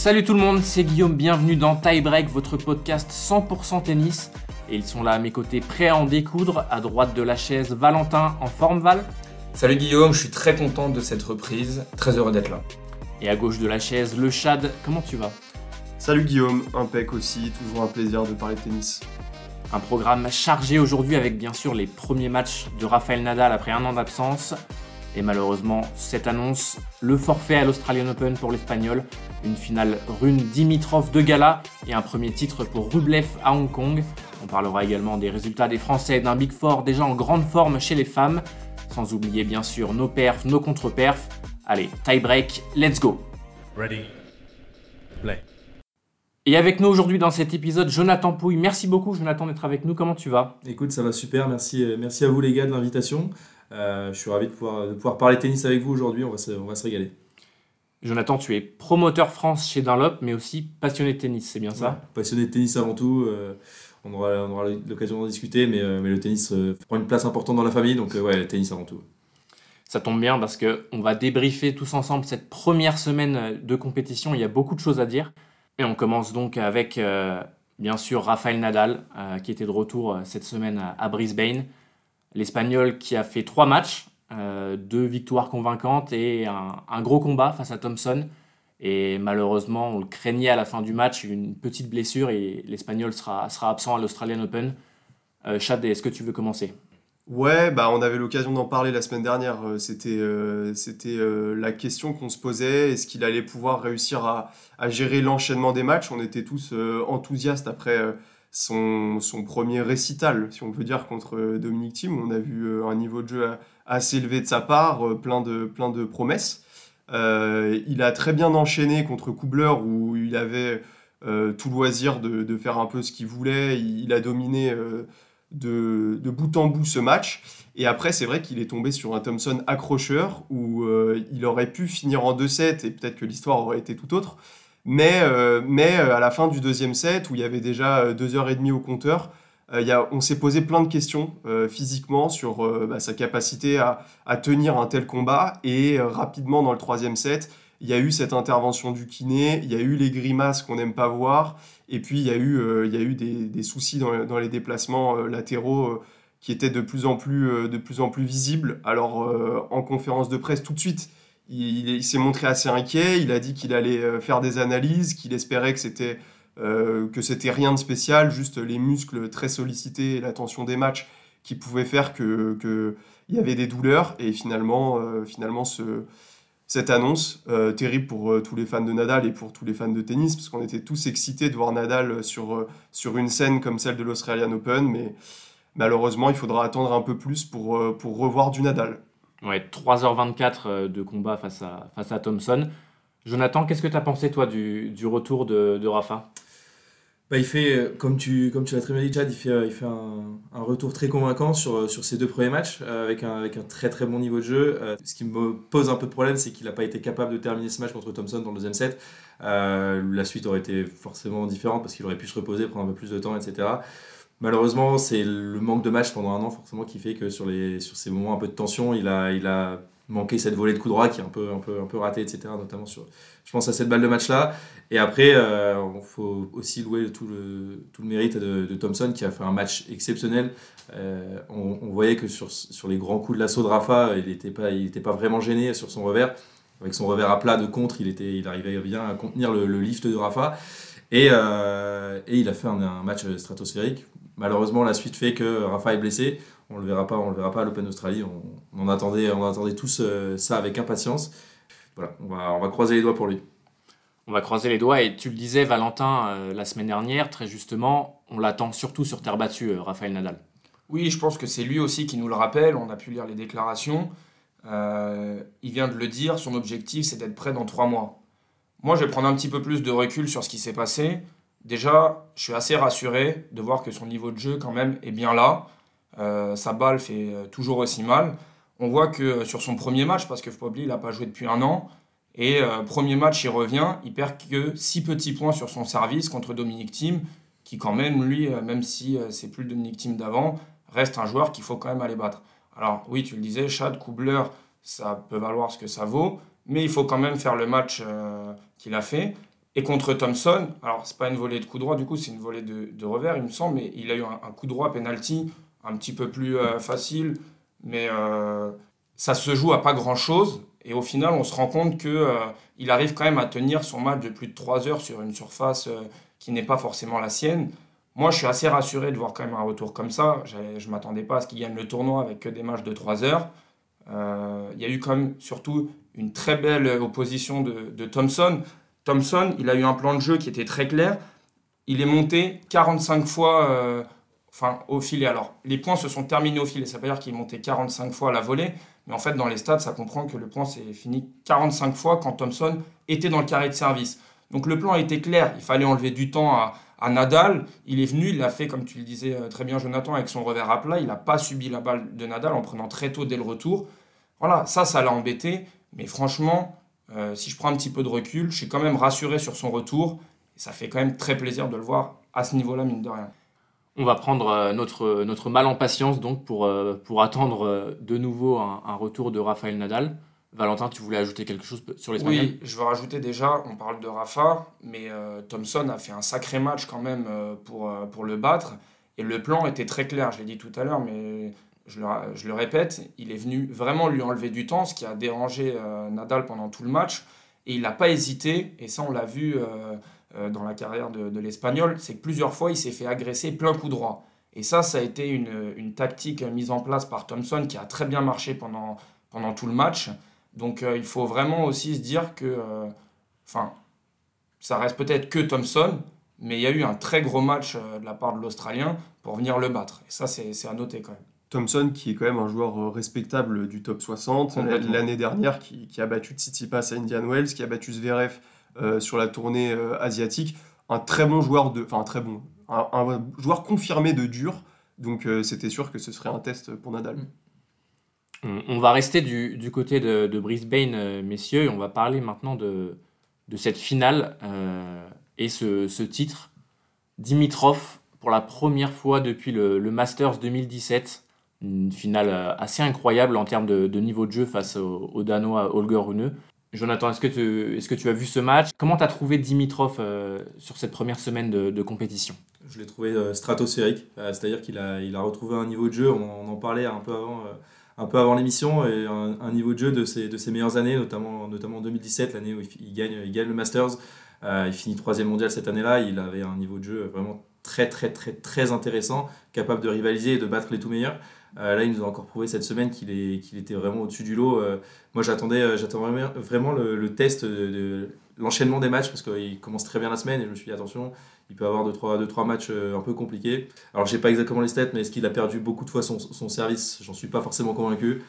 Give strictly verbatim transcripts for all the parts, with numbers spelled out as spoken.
Salut tout le monde, c'est Guillaume, bienvenue dans Tie Break, votre podcast cent pour cent tennis. Et ils sont là à mes côtés, prêts à en découdre. À droite de la chaise, Valentin, en forme Val. Salut Guillaume, je suis très content de cette reprise, très heureux d'être là. Et à gauche de la chaise, le Chad, comment tu vas ? Salut Guillaume, impec aussi, toujours un plaisir de parler de tennis. Un programme chargé aujourd'hui avec bien sûr les premiers matchs de Rafael Nadal après un an d'absence. Et malheureusement, cette annonce, le forfait à l'Australian Open pour l'Espagnol, une finale Rune-Dimitrov de gala et un premier titre pour Rublev à Hong Kong. On parlera également des résultats des Français, d'un Big Four déjà en grande forme chez les femmes. Sans oublier bien sûr nos perfs, nos contre-perfs. Allez, tie break, let's go. Ready, play. Et avec nous aujourd'hui dans cet épisode, Jonathan Pouille. Merci beaucoup Jonathan d'être avec nous, comment tu vas ? Écoute, ça va super, merci, merci à vous les gars de l'invitation. Euh, je suis ravi de pouvoir, de pouvoir parler tennis avec vous aujourd'hui, on va se, on va se régaler. Jonathan, tu es promoteur France chez Dunlop, mais aussi passionné de tennis, c'est bien ça ? Ouais, passionné de tennis avant tout, euh, on, aura, on aura l'occasion d'en discuter, mais, euh, mais le tennis euh, prend une place importante dans la famille, donc euh, ouais, le tennis avant tout. Ça tombe bien parce qu'on va débriefer tous ensemble cette première semaine de compétition, il y a beaucoup de choses à dire. Et on commence donc avec, euh, bien sûr, Rafael Nadal, euh, qui était de retour euh, cette semaine à, à Brisbane. L'Espagnol qui a fait trois matchs, euh, deux victoires convaincantes et un, un gros combat face à Thompson. Et malheureusement, on le craignait à la fin du match, une petite blessure et l'Espagnol sera, sera absent à l'Australian Open. Euh, Chad, est-ce que tu veux commencer ? Ouais, bah on avait l'occasion d'en parler la semaine dernière. C'était, euh, c'était euh, la question qu'on se posait. Est-ce qu'il allait pouvoir réussir à, à gérer l'enchaînement des matchs ? On était tous euh, enthousiastes après euh, son, son premier récital, si on peut dire, contre euh, Dominic Thiem. On a vu euh, un niveau de jeu assez élevé de sa part, euh, plein de, plein de promesses. Euh, il a très bien enchaîné contre Kubler, où il avait euh, tout loisir de, de faire un peu ce qu'il voulait. Il, il a dominé... Euh, De, de bout en bout ce match. Et après, c'est vrai qu'il est tombé sur un Thompson accrocheur où euh, il aurait pu finir en deux sept et peut-être que l'histoire aurait été tout autre. Mais, euh, mais à la fin du deuxième set, où il y avait déjà deux heures trente au compteur, euh, il y a, on s'est posé plein de questions euh, physiquement sur euh, bah, sa capacité à, à tenir un tel combat. Et euh, rapidement, dans le troisième set, il y a eu cette intervention du kiné, il y a eu les grimaces qu'on n'aime pas voir, et puis il y a eu, euh, il y a eu des, des soucis dans, dans les déplacements euh, latéraux euh, qui étaient de plus en plus, euh, de plus en plus visibles. Alors euh, en conférence de presse tout de suite, il, il s'est montré assez inquiet, il a dit qu'il allait euh, faire des analyses, qu'il espérait que c'était, euh, que c'était rien de spécial, juste les muscles très sollicités et la tension des matchs qui pouvaient faire qu'il que y avait des douleurs, et finalement, euh, finalement ce... Cette annonce, euh, terrible pour euh, tous les fans de Nadal et pour tous les fans de tennis, parce qu'on était tous excités de voir Nadal sur, euh, sur une scène comme celle de l'Australian Open, mais malheureusement, il faudra attendre un peu plus pour, euh, pour revoir du Nadal. Ouais, trois heures vingt-quatre de combat face à, face à Thompson. Jonathan, qu'est-ce que tu as pensé, toi, du, du retour de, de Rafa ? Bah, il fait, comme tu, comme tu l'as très bien dit, Chad, il fait, il fait un, un retour très convaincant sur, sur ses deux premiers matchs, euh, avec, un, avec un très très bon niveau de jeu. Euh, ce qui me pose un peu de problème, c'est qu'il n'a pas été capable de terminer ce match contre Thompson dans le deuxième set. Euh, la suite aurait été forcément différente parce qu'il aurait pu se reposer, prendre un peu plus de temps, et cetera. Malheureusement, c'est le manque de match pendant un an forcément qui fait que sur, les, sur ces moments un peu de tension, il a, il a manqué cette volée de coup droit qui est un peu, un peu, un peu ratée, et cetera. Notamment sur, je pense à cette balle de match-là. Et après, il euh, faut aussi louer tout le, tout le mérite de, de Thompson qui a fait un match exceptionnel. Euh, on, on voyait que sur, sur les grands coups de l'assaut de Rafa, il n'était pas, il était pas vraiment gêné sur son revers. Avec son revers à plat de contre, il, était, il arrivait bien à contenir le, le lift de Rafa. Et, euh, et il a fait un, un match stratosphérique. Malheureusement, la suite fait que Rafa est blessé. On ne le verra pas, on le verra pas à l'Open d'Australie. On, on, en attendait, on attendait tous euh, ça avec impatience. Voilà, on va, on va croiser les doigts pour lui. On va croiser les doigts et tu le disais Valentin euh, la semaine dernière, très justement, on l'attend surtout sur terre battue, euh, Rafael Nadal. Oui, je pense que c'est lui aussi qui nous le rappelle, on a pu lire les déclarations. Euh, il vient de le dire, son objectif c'est d'être prêt dans trois mois. Moi je vais prendre un petit peu plus de recul sur ce qui s'est passé. Déjà, je suis assez rassuré de voir que son niveau de jeu quand même est bien là. Euh, sa balle fait toujours aussi mal. On voit que sur son premier match, parce que faut pas oublier, il n'a pas joué depuis un an, et euh, premier match, il revient, il perd que six petits points sur son service contre Dominic Thiem, qui quand même, lui, euh, même si euh, c'est plus le Dominic Thiem d'avant, reste un joueur qu'il faut quand même aller battre. Alors oui, tu le disais, Chad, Kubler, ça peut valoir ce que ça vaut, mais il faut quand même faire le match euh, qu'il a fait. Et contre Thompson, alors c'est pas une volée de coup droit, du coup c'est une volée de, de revers, il me semble, mais il a eu un, un coup droit penalty un petit peu plus euh, facile, mais euh, ça se joue à pas grand-chose. Et au final, on se rend compte que euh, il arrive quand même à tenir son match de plus de trois heures sur une surface euh, qui n'est pas forcément la sienne. Moi, je suis assez rassuré de voir quand même un retour comme ça. J'avais- Je ne m'attendais pas à ce qu'il gagne le tournoi avec que des matchs de trois heures. Euh, il y a eu quand même surtout une très belle opposition de, de Thompson. Thompson, il a eu un plan de jeu qui était très clair. Il est monté quarante-cinq fois euh, enfin, au filet. Alors, les points se sont terminés au filet. Ça veut dire qu'il est monté quarante-cinq fois à la volée. Mais en fait, dans les stats, ça comprend que le point s'est fini quarante-cinq fois quand Thompson était dans le carré de service. Donc le plan était clair. Il fallait enlever du temps à, à Nadal. Il est venu, il l'a fait, comme tu le disais euh, très bien, Jonathan, avec son revers à plat. Il n'a pas subi la balle de Nadal en prenant très tôt dès le retour. Voilà, ça, ça l'a embêté. Mais franchement, euh, si je prends un petit peu de recul, je suis quand même rassuré sur son retour. Et ça fait quand même très plaisir de le voir à ce niveau-là, mine de rien. On va prendre euh, notre, notre mal en patience donc pour, euh, pour attendre euh, de nouveau un, un retour de Rafael Nadal. Valentin, tu voulais ajouter quelque chose sur l'Espagnol? Oui, je veux rajouter déjà, on parle de Rafa, mais euh, Thompson a fait un sacré match quand même euh, pour, euh, pour le battre. Et le plan était très clair, je l'ai dit tout à l'heure, mais je le, je le répète, il est venu vraiment lui enlever du temps, ce qui a dérangé euh, Nadal pendant tout le match. Et il n'a pas hésité, et ça on l'a vu euh, euh, dans la carrière de, de l'Espagnol, c'est que plusieurs fois il s'est fait agresser plein coup droit. Et ça, ça a été une, une tactique mise en place par Thompson qui a très bien marché pendant, pendant tout le match. Donc euh, il faut vraiment aussi se dire que, euh, enfin, ça reste peut-être que Thompson, mais il y a eu un très gros match euh, de la part de l'Australien pour venir le battre. Et ça, c'est c'est à noter quand même. Thompson, qui est quand même un joueur euh, respectable du top soixante, Complètement. l'année dernière, qui, qui a battu Tsitsipas à Indian Wells, qui a battu Zverev euh, sur la tournée euh, asiatique. Un très bon joueur, de, enfin un très bon, un, un joueur confirmé de dur. Donc euh, c'était sûr que ce serait un test pour Nadal. Mm. On, on va rester du, du côté de, de Brisbane, euh, messieurs, et on va parler maintenant de, de cette finale euh, et ce, ce titre. Dimitrov, pour la première fois depuis le, le Masters deux mille dix-sept, une finale euh, assez incroyable en termes de, de niveau de jeu face au, au Danois Holger Rune. Jonathan, est-ce que, tu, est-ce que tu as vu ce match? Comment tu as trouvé Dimitrov euh, sur cette première semaine de, de compétition? Je l'ai trouvé euh, stratosphérique, euh, c'est-à-dire qu'il a, il a retrouvé un niveau de jeu, on, on en parlait un peu avant, euh, un peu avant l'émission, et un, un niveau de jeu de ses, de ses meilleures années, notamment, notamment en deux mille dix-sept, l'année où il, il gagne, il gagne le Masters. Euh, il finit troisième mondial cette année-là, il avait un niveau de jeu vraiment très très très très intéressant, capable de rivaliser et de battre les tout meilleurs. Euh, là, il nous a encore prouvé cette semaine qu'il, est, qu'il était vraiment au-dessus du lot. Euh, moi, j'attendais, euh, j'attendais vraiment, vraiment le, le test de, de l'enchaînement des matchs, parce qu'il commence très bien la semaine, et je me suis dit, attention, il peut avoir deux trois, deux, trois matchs euh, un peu compliqués. Alors, je n'ai pas exactement les stats, mais est-ce qu'il a perdu beaucoup de fois son, son service? J'en suis pas forcément convaincu.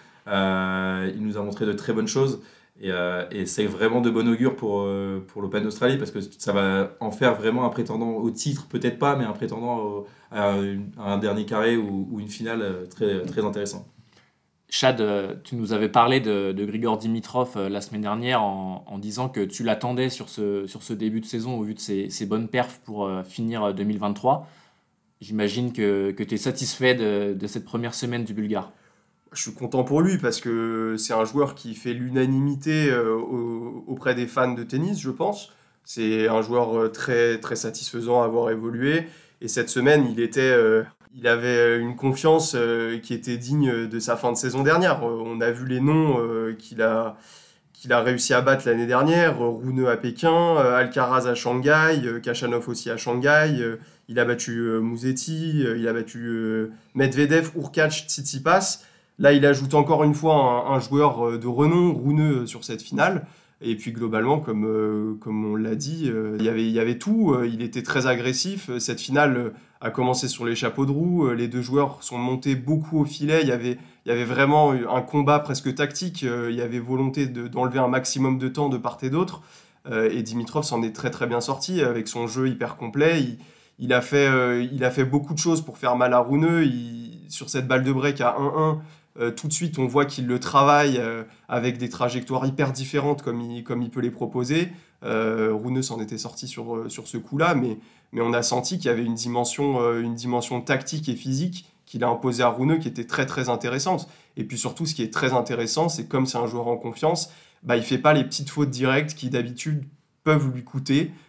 Euh, il nous a montré de très bonnes choses. Et, euh, et c'est vraiment de bon augure pour, euh, pour l'Open d'Australie, parce que ça va en faire vraiment un prétendant au titre, peut-être pas, mais un prétendant au- à, une- à un dernier carré ou, ou une finale euh, très, très intéressant. Chad, euh, tu nous avais parlé de, de Grigor Dimitrov euh, la semaine dernière en, en disant que tu l'attendais sur ce, sur ce début de saison au vu de ses, ses bonnes perfs pour euh, finir euh, deux mille vingt-trois. J'imagine que, que tu es satisfait de, de cette première semaine du Bulgare. Je suis content pour lui parce que c'est un joueur qui fait l'unanimité euh, au- auprès des fans de tennis, je pense. C'est un joueur euh, très, très satisfaisant à avoir évolué. Et cette semaine, il était, euh, il avait une confiance euh, qui était digne de sa fin de saison dernière. Euh, On a vu les noms euh, qu'il a, qu'il a réussi à battre l'année dernière. euh, Rune à Pékin, euh, Alcaraz à Shanghai, euh, Khachanov aussi à Shanghai. euh, Il a battu euh, Musetti, euh, il a battu euh, Medvedev, Hurkacz, Tsitsipas. Là, il ajoute encore une fois un, un joueur euh, de renom, Rune, sur cette finale. Et puis globalement, comme, euh, comme on l'a dit, euh, il y avait, il y avait tout. Euh, Il était très agressif. Euh, Cette finale euh, a commencé sur les chapeaux de roue. Euh, Les deux joueurs sont montés beaucoup au filet. Il y avait, il y avait vraiment un combat presque tactique. Euh, Il y avait volonté de- d'enlever un maximum de temps de part et d'autre. Euh, Et Dimitrov s'en est très très bien sorti avec son jeu hyper complet. Il, il a fait, euh, il a fait beaucoup de choses pour faire mal à Rune. Il- sur cette balle de break à un un, euh, tout de suite, on voit qu'il le travaille euh, avec des trajectoires hyper différentes comme il, comme il peut les proposer. Euh, Rune s'en était sorti sur, euh, sur ce coup-là, mais, mais on a senti qu'il y avait une dimension, euh, une dimension tactique et physique qu'il a imposée à Rune qui était très très intéressante. Et puis surtout, ce qui est très intéressant, c'est comme c'est un joueur en confiance, bah, il fait pas les petites fautes directes qui d'habitude peuvent lui coûter.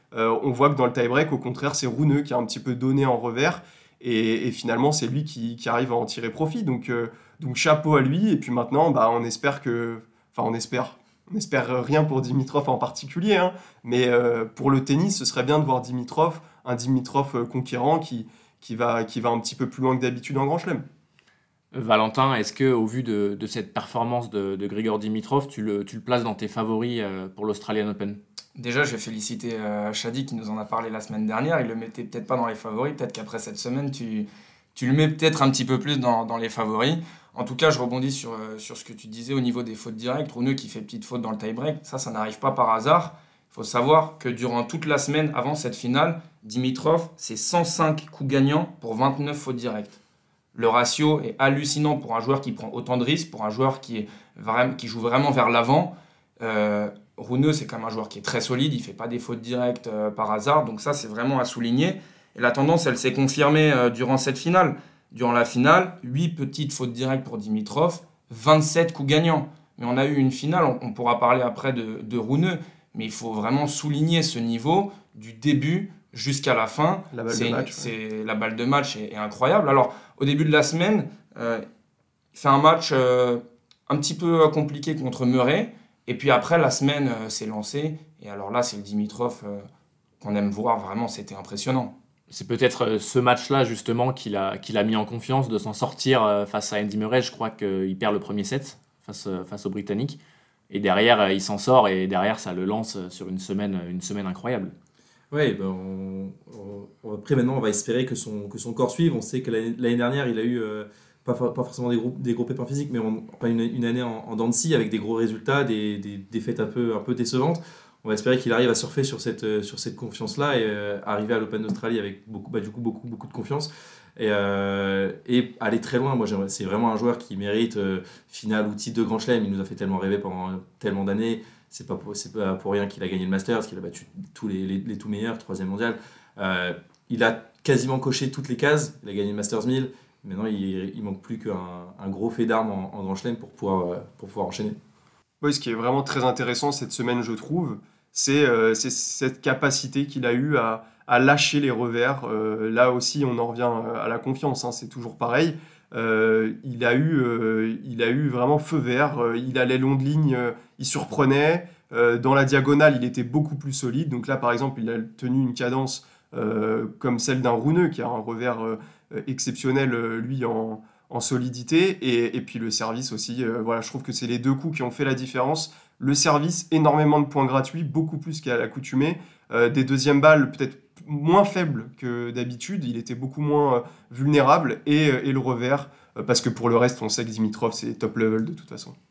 Euh, on voit que dans le tie-break, au contraire, c'est Rune qui a un petit peu donné en revers. Et, et finalement, c'est lui qui, qui arrive à en tirer profit. Donc, euh, donc chapeau à lui. Et puis maintenant, bah, on espère que... Enfin, on espère. On espère rien pour Dimitrov en particulier. Hein, mais euh, pour le tennis, ce serait bien de voir Dimitrov, un Dimitrov euh, conquérant qui, qui, va, qui va un petit peu plus loin que d'habitude en Grand Chelem. Valentin, est-ce que au vu de, de cette performance de, de Grigor Dimitrov, tu le, tu le places dans tes favoris euh, pour l'Australian Open? Déjà, je vais féliciter euh, Shadi qui nous en a parlé la semaine dernière. Il le mettait peut-être pas dans les favoris. Peut-être qu'après cette semaine, tu, tu le mets peut-être un petit peu plus dans, dans les favoris. En tout cas, je rebondis sur, euh, sur ce que tu disais au niveau des fautes directes. Rune qui fait petite faute dans le tie-break. Ça, ça n'arrive pas par hasard. Il faut savoir que durant toute la semaine avant cette finale, Dimitrov, c'est cent cinq coups gagnants pour vingt-neuf fautes directes. Le ratio est hallucinant pour un joueur qui prend autant de risques, pour un joueur qui, est vraiment, qui joue vraiment vers l'avant. Euh, Rune, c'est quand même un joueur qui est très solide, il ne fait pas des fautes directes euh, par hasard, donc ça, c'est vraiment à souligner. Et la tendance, elle s'est confirmée euh, durant cette finale. Durant la finale, huit petites fautes directes pour Dimitrov, vingt-sept coups gagnants. Mais on a eu une finale, on, on pourra parler après de, de Rune, mais il faut vraiment souligner ce niveau du début jusqu'à la fin. La balle c'est, de match. c'est, Ouais. La balle de match est, est incroyable. Alors, au début de la semaine, euh, il fait un match euh, un petit peu compliqué contre Murray. Et puis après, la semaine euh, s'est lancée. Et alors là, c'est le Dimitrov euh, qu'on aime voir. Vraiment, c'était impressionnant. C'est peut-être euh, ce match-là, justement, qu'il a, qu'il a mis en confiance de s'en sortir euh, face à Andy Murray. Je crois qu'il perd le premier set face, euh, face aux Britanniques. Et derrière, euh, il s'en sort. Et derrière, ça le lance sur une semaine, une semaine incroyable. Oui, ben on, on- après maintenant on va espérer que son, que son corps suive. On sait que l'année, l'année dernière il a eu euh, pas, for- pas forcément des gros, des gros pépins physiques, mais on- pas une, une année en, en dents de scie avec des gros résultats, des, des défaites un peu, un peu décevantes. On va espérer qu'il arrive à surfer sur cette, euh, sur cette confiance-là et euh, arriver à l'Open d'Australie avec beaucoup, bah, du coup, beaucoup, beaucoup de confiance et, euh, et aller très loin. Moi, j'aimerais- c'est vraiment un joueur qui mérite euh, finale ou titre de Grand Chelem. Il nous a fait tellement rêver pendant tellement d'années. C'est pas pour, c'est pas pour rien qu'il a gagné le Masters, qu'il a battu tous les, les, les tout meilleurs, troisième mondial. Euh, il a quasiment coché toutes les cases. Il a gagné le Masters mille. Maintenant, il, il manque plus qu'un un gros fait d'armes en, en Grand Chelem pour pouvoir, euh, pour pouvoir enchaîner. Oui, ce qui est vraiment très intéressant cette semaine, je trouve, c'est euh, c'est cette capacité qu'il a eue à, à lâcher les revers. Euh, là aussi, on en revient à la confiance, hein, c'est toujours pareil. Euh, il a eu, euh, il a eu vraiment feu vert. Euh, il allait long de ligne, euh, il surprenait. Euh, dans la diagonale, il était beaucoup plus solide. Donc là, par exemple, il a tenu une cadence euh, comme celle d'un Rune, qui a un revers euh, exceptionnel, euh, lui, en, en solidité. Et, et puis le service aussi. Euh, voilà, je trouve que c'est les deux coups qui ont fait la différence. Le service, énormément de points gratuits, beaucoup plus qu'à l'accoutumée. Euh, des deuxièmes balles peut-être moins faibles que d'habitude. Il était beaucoup moins euh, vulnérable. Et, euh, et le revers, euh, parce que pour le reste, on sait que Dimitrov, c'est top level de toute façon.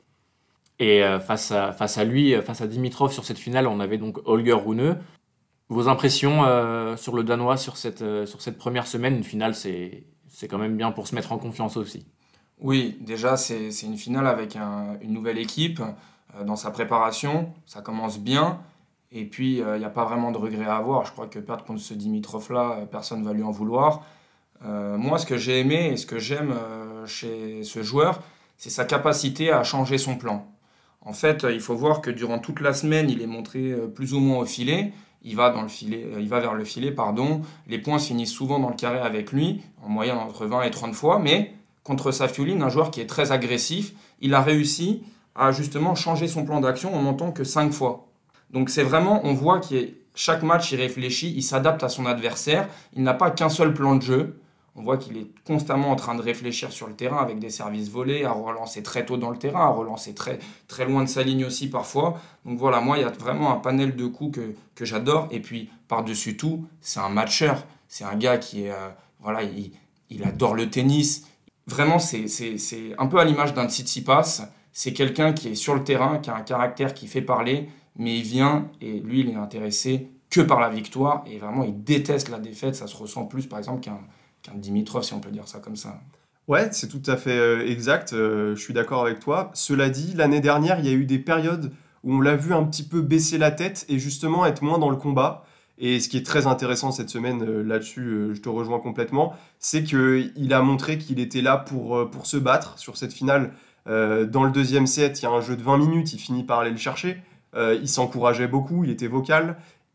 Et euh, face, à, face à lui, euh, face à Dimitrov sur cette finale, on avait donc Holger Rune. Vos impressions euh, sur le Danois sur cette, euh, sur cette première semaine? Une finale, c'est, c'est quand même bien pour se mettre en confiance aussi. Oui, déjà, c'est, c'est une finale avec un- une nouvelle équipe euh, dans sa préparation. Ça commence bien. Et puis, il n'y a pas vraiment de regret à avoir. Je crois que perdre contre ce Dimitrov-là, euh, personne ne va lui en vouloir. Euh, moi, ce que j'ai aimé et ce que j'aime euh, chez ce joueur, c'est sa capacité à changer son plan. En fait, euh, il faut voir que durant toute la semaine, il est montré euh, plus ou moins au filet. Il va, dans le filet, euh, il va vers le filet, pardon. Les points se finissent souvent dans le carré avec lui, en moyenne entre vingt et trente fois. Mais contre Safiullin, un joueur qui est très agressif, il a réussi à justement changer son plan d'action en montant que cinq fois. Donc c'est vraiment, on voit que chaque match, il réfléchit, il s'adapte à son adversaire. Il n'a pas qu'un seul plan de jeu. On voit qu'il est constamment en train de réfléchir sur le terrain avec des services volés, à relancer très tôt dans le terrain, à relancer très, très loin de sa ligne aussi parfois. Donc voilà, moi, il y a vraiment un panel de coups que, que j'adore. Et puis, par-dessus tout, c'est un matcheur. C'est un gars qui est, euh, voilà, il, il adore le tennis. Vraiment, c'est, c'est, c'est un peu à l'image d'un Tsitsipas. C'est quelqu'un qui est sur le terrain, qui a un caractère qui fait parler, mais il vient et lui, il est intéressé que par la victoire. Et vraiment, il déteste la défaite. Ça se ressent plus, par exemple, qu'un qu'un Dimitrov, si on peut dire ça comme ça. Ouais, c'est tout à fait euh, exact, euh, je suis d'accord avec toi. Cela dit, l'année dernière, il y a eu des périodes où on l'a vu un petit peu baisser la tête et justement être moins dans le combat. Et ce qui est très intéressant cette semaine, euh, là-dessus, euh, je te rejoins complètement, c'est qu'il a montré qu'il était là pour, euh, pour se battre sur cette finale. Euh, dans le deuxième set, il y a un jeu de vingt minutes, il finit par aller le chercher. Euh, il s'encourageait beaucoup, il était vocal.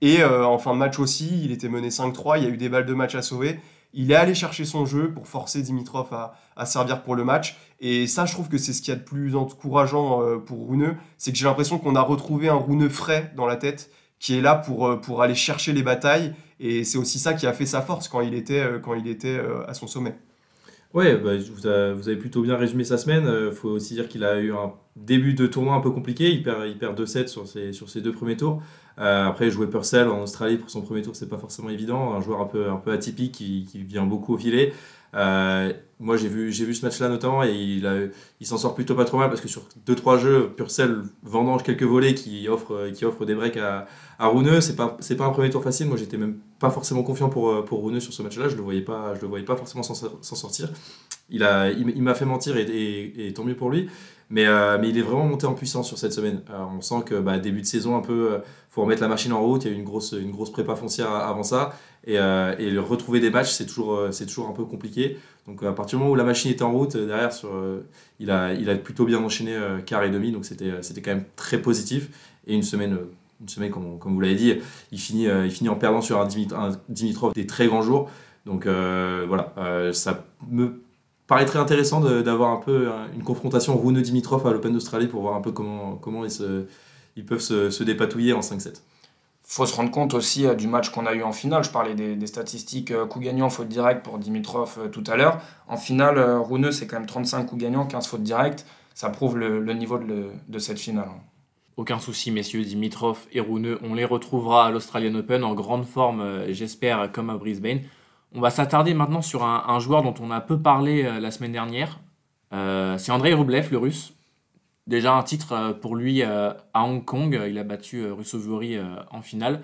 Et euh, en fin de match aussi, il était mené cinq trois, il y a eu des balles de match à sauver. Il est allé chercher son jeu pour forcer Dimitrov à, à servir pour le match. Et ça, je trouve que c'est ce qu'il y a de plus encourageant euh, pour Runeux. C'est que j'ai l'impression qu'on a retrouvé un Runeux frais dans la tête, qui est là pour, euh, pour aller chercher les batailles. Et c'est aussi ça qui a fait sa force quand il était, euh, quand il était euh, à son sommet. Ouais, bah, vous, avez, vous avez plutôt bien résumé sa semaine. Il faut aussi dire qu'il a eu un début de tournoi un peu compliqué. Il perd, il perd deux sets sur ses, sur ses deux premiers tours. Euh, après, jouer Purcell en Australie pour son premier tour, c'est pas forcément évident. Un joueur un peu, un peu atypique qui, qui vient beaucoup au filet. Euh, moi, j'ai vu, j'ai vu ce match-là notamment et il, a, il s'en sort plutôt pas trop mal parce que sur deux trois jeux, Purcell vendange quelques volets qui offrent, qui offrent des breaks à, à Runeux. C'est pas, c'est pas un premier tour facile. Moi, j'étais même pas forcément confiant pour, pour Runeux sur ce match-là. Je le voyais pas, je le voyais pas forcément s'en, s'en sortir. Il, a, il, il m'a fait mentir et, et, et tant mieux pour lui. Mais, euh, mais il est vraiment monté en puissance sur cette semaine. Euh, on sent que bah, début de saison, un peu, euh, faut remettre la machine en route. Il y a eu une grosse, une grosse prépa foncière avant ça. Et, euh, et le retrouver des matchs, c'est toujours, euh, c'est toujours un peu compliqué. Donc à partir du moment où la machine était en route, derrière, sur, euh, il, a, il a plutôt bien enchaîné euh, quart et demi. Donc c'était, c'était quand même très positif. Et une semaine, une semaine comme, comme vous l'avez dit, il finit, euh, il finit en perdant sur un, Dimit- un Dimitrov des très grands jours. Donc euh, voilà, euh, ça me paraîtrait intéressant de, d'avoir un peu une confrontation Runeux-Dimitrov à l'Open d'Australie pour voir un peu comment, comment ils, se, ils peuvent se, se dépatouiller en cinq sept. Il faut se rendre compte aussi euh, du match qu'on a eu en finale. Je parlais des, des statistiques euh, coups gagnants, fautes directes pour Dimitrov euh, tout à l'heure. En finale, euh, Runeux, c'est quand même trente-cinq coups gagnants, quinze fautes directes. Ça prouve le, le niveau de, le, de cette finale. Aucun souci, messieurs, Dimitrov et Runeux, on les retrouvera à l'Australian Open en grande forme, euh, j'espère, comme à Brisbane. On va s'attarder maintenant sur un, un joueur dont on a peu parlé euh, la semaine dernière. Euh, c'est Andrei Rublev, le russe. Déjà un titre euh, pour lui euh, à Hong Kong. Il a battu euh, Ruusuvuori euh, en finale.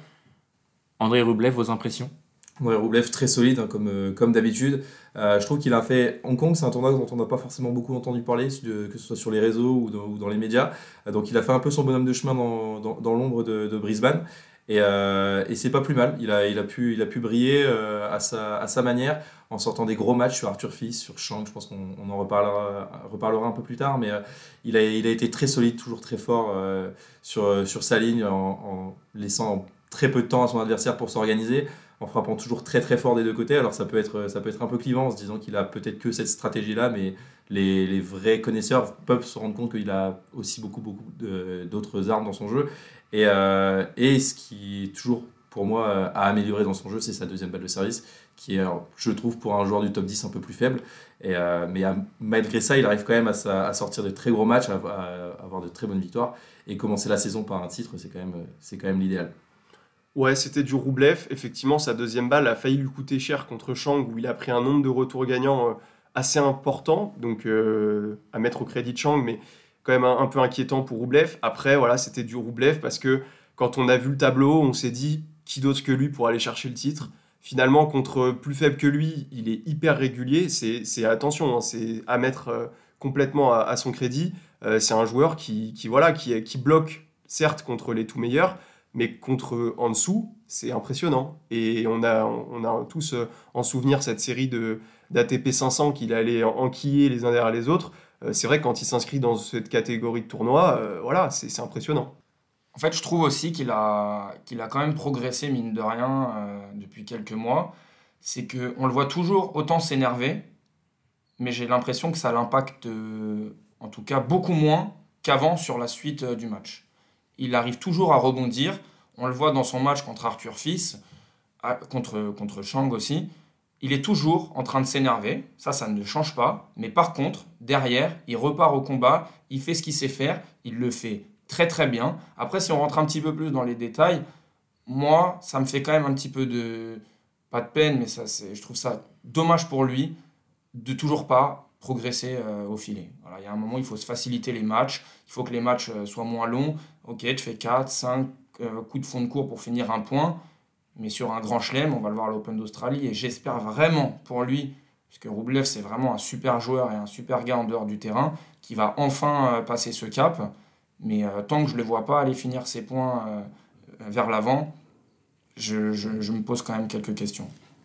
Andrei Rublev, vos impressions? Ouais, Rublev très solide, hein, comme, euh, comme d'habitude. Euh, je trouve qu'il a fait. Hong Kong, c'est un tournoi dont on n'a pas forcément beaucoup entendu parler, de- que ce soit sur les réseaux ou dans, ou dans les médias. Euh, donc il a fait un peu son bonhomme de chemin dans, dans, dans l'ombre de, de Brisbane. Et, euh, et c'est pas plus mal. Il a, il a, pu, il a pu briller euh, à, sa, à sa manière en sortant des gros matchs sur Arthur Fils, sur Chang. Je pense qu'on on en reparlera, reparlera un peu plus tard. Mais euh, il, a, il a été très solide, toujours très fort euh, sur, sur sa ligne, en, en laissant très peu de temps à son adversaire pour s'organiser, en frappant toujours très très fort des deux côtés. Alors ça peut être, ça peut être un peu clivant en se disant qu'il a peut-être que cette stratégie-là, mais les, les vrais connaisseurs peuvent se rendre compte qu'il a aussi beaucoup, beaucoup de- d'autres armes dans son jeu. Et, euh, et ce qui est toujours pour moi euh, à améliorer dans son jeu, c'est sa deuxième balle de service, qui est, alors, je trouve, pour un joueur du top dix un peu plus faible. Et, euh, mais à- malgré ça, il arrive quand même à, sa- à sortir de très gros matchs, à, à avoir de très bonnes victoires. Et commencer la saison par un titre, c'est quand même, c'est quand même l'idéal. Ouais, c'était du Roublev. Effectivement, sa deuxième balle a failli lui coûter cher contre Chang, où il a pris un nombre de retours gagnants euh, assez important, donc euh, à mettre au crédit de Chang, mais quand même un, un peu inquiétant pour Roublev. Après, voilà, c'était du Roublev parce que quand on a vu le tableau, on s'est dit qui d'autre que lui pour aller chercher le titre. Finalement, contre plus faible que lui, il est hyper régulier. C'est, c'est attention, hein, c'est à mettre euh, complètement à, à son crédit. Euh, c'est un joueur qui, qui, voilà, qui, qui bloque, certes, contre les tout meilleurs, mais contre en dessous, c'est impressionnant. Et on a, on a tous euh, en souvenir cette série de d'A T P cinq cents qu'il allait enquiller les uns derrière les autres. Euh, c'est vrai que quand il s'inscrit dans cette catégorie de tournoi, euh, voilà, c'est c'est impressionnant. En fait, je trouve aussi qu'il a, qu'il a quand même progressé, mine de rien, euh, depuis quelques mois. C'est qu'on le voit toujours autant s'énerver, mais j'ai l'impression que ça l'impacte, euh, en tout cas, beaucoup moins qu'avant sur la suite euh, du match. Il arrive toujours à rebondir. On le voit dans son match contre Arthur Fils, à- contre, contre Chang aussi. Il est toujours en train de s'énerver, ça, ça ne change pas. Mais par contre, derrière, il repart au combat, il fait ce qu'il sait faire, il le fait très très bien. Après, si on rentre un petit peu plus dans les détails, moi, ça me fait quand même un petit peu de... Pas de peine, mais ça, c'est, je trouve ça dommage pour lui de toujours pas progresser euh, au filet. Voilà, il y a un moment, il faut se faciliter les matchs, il faut que les matchs euh, soient moins longs. Ok, tu fais quatre, cinq euh, coups de fond de cours pour finir un point, mais sur un grand chelem, on va le voir à l'Open d'Australie, et j'espère vraiment pour lui, parce que Roublev, c'est vraiment un super joueur et un super gars en dehors du terrain, qui va enfin euh, passer ce cap, mais euh, tant que je ne le vois pas aller finir ses points euh, vers l'avant, je, je, je me pose quand même quelques questions.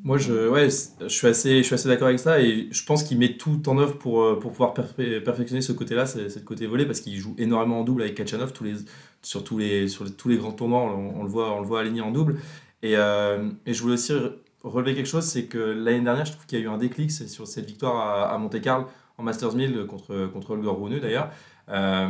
Moi, je, ouais, je suis assez, je suis assez d'accord avec ça et je pense qu'il met tout en œuvre pour, euh, pour pouvoir perfe- perfectionner ce côté-là, c'est, c'est le côté volé, parce qu'il joue énormément en double avec Kachanov tous les, sur, tous les, sur les- tous les grands tournois, on, on le voit, on le voit aligné en double. Et, euh, et je voulais aussi re- relever quelque chose, c'est que l'année dernière, je trouve qu'il y a eu un déclic, c'est sur cette victoire à, à Monte-Carlo en Masters mille contre, contre Holger Rune d'ailleurs. Euh,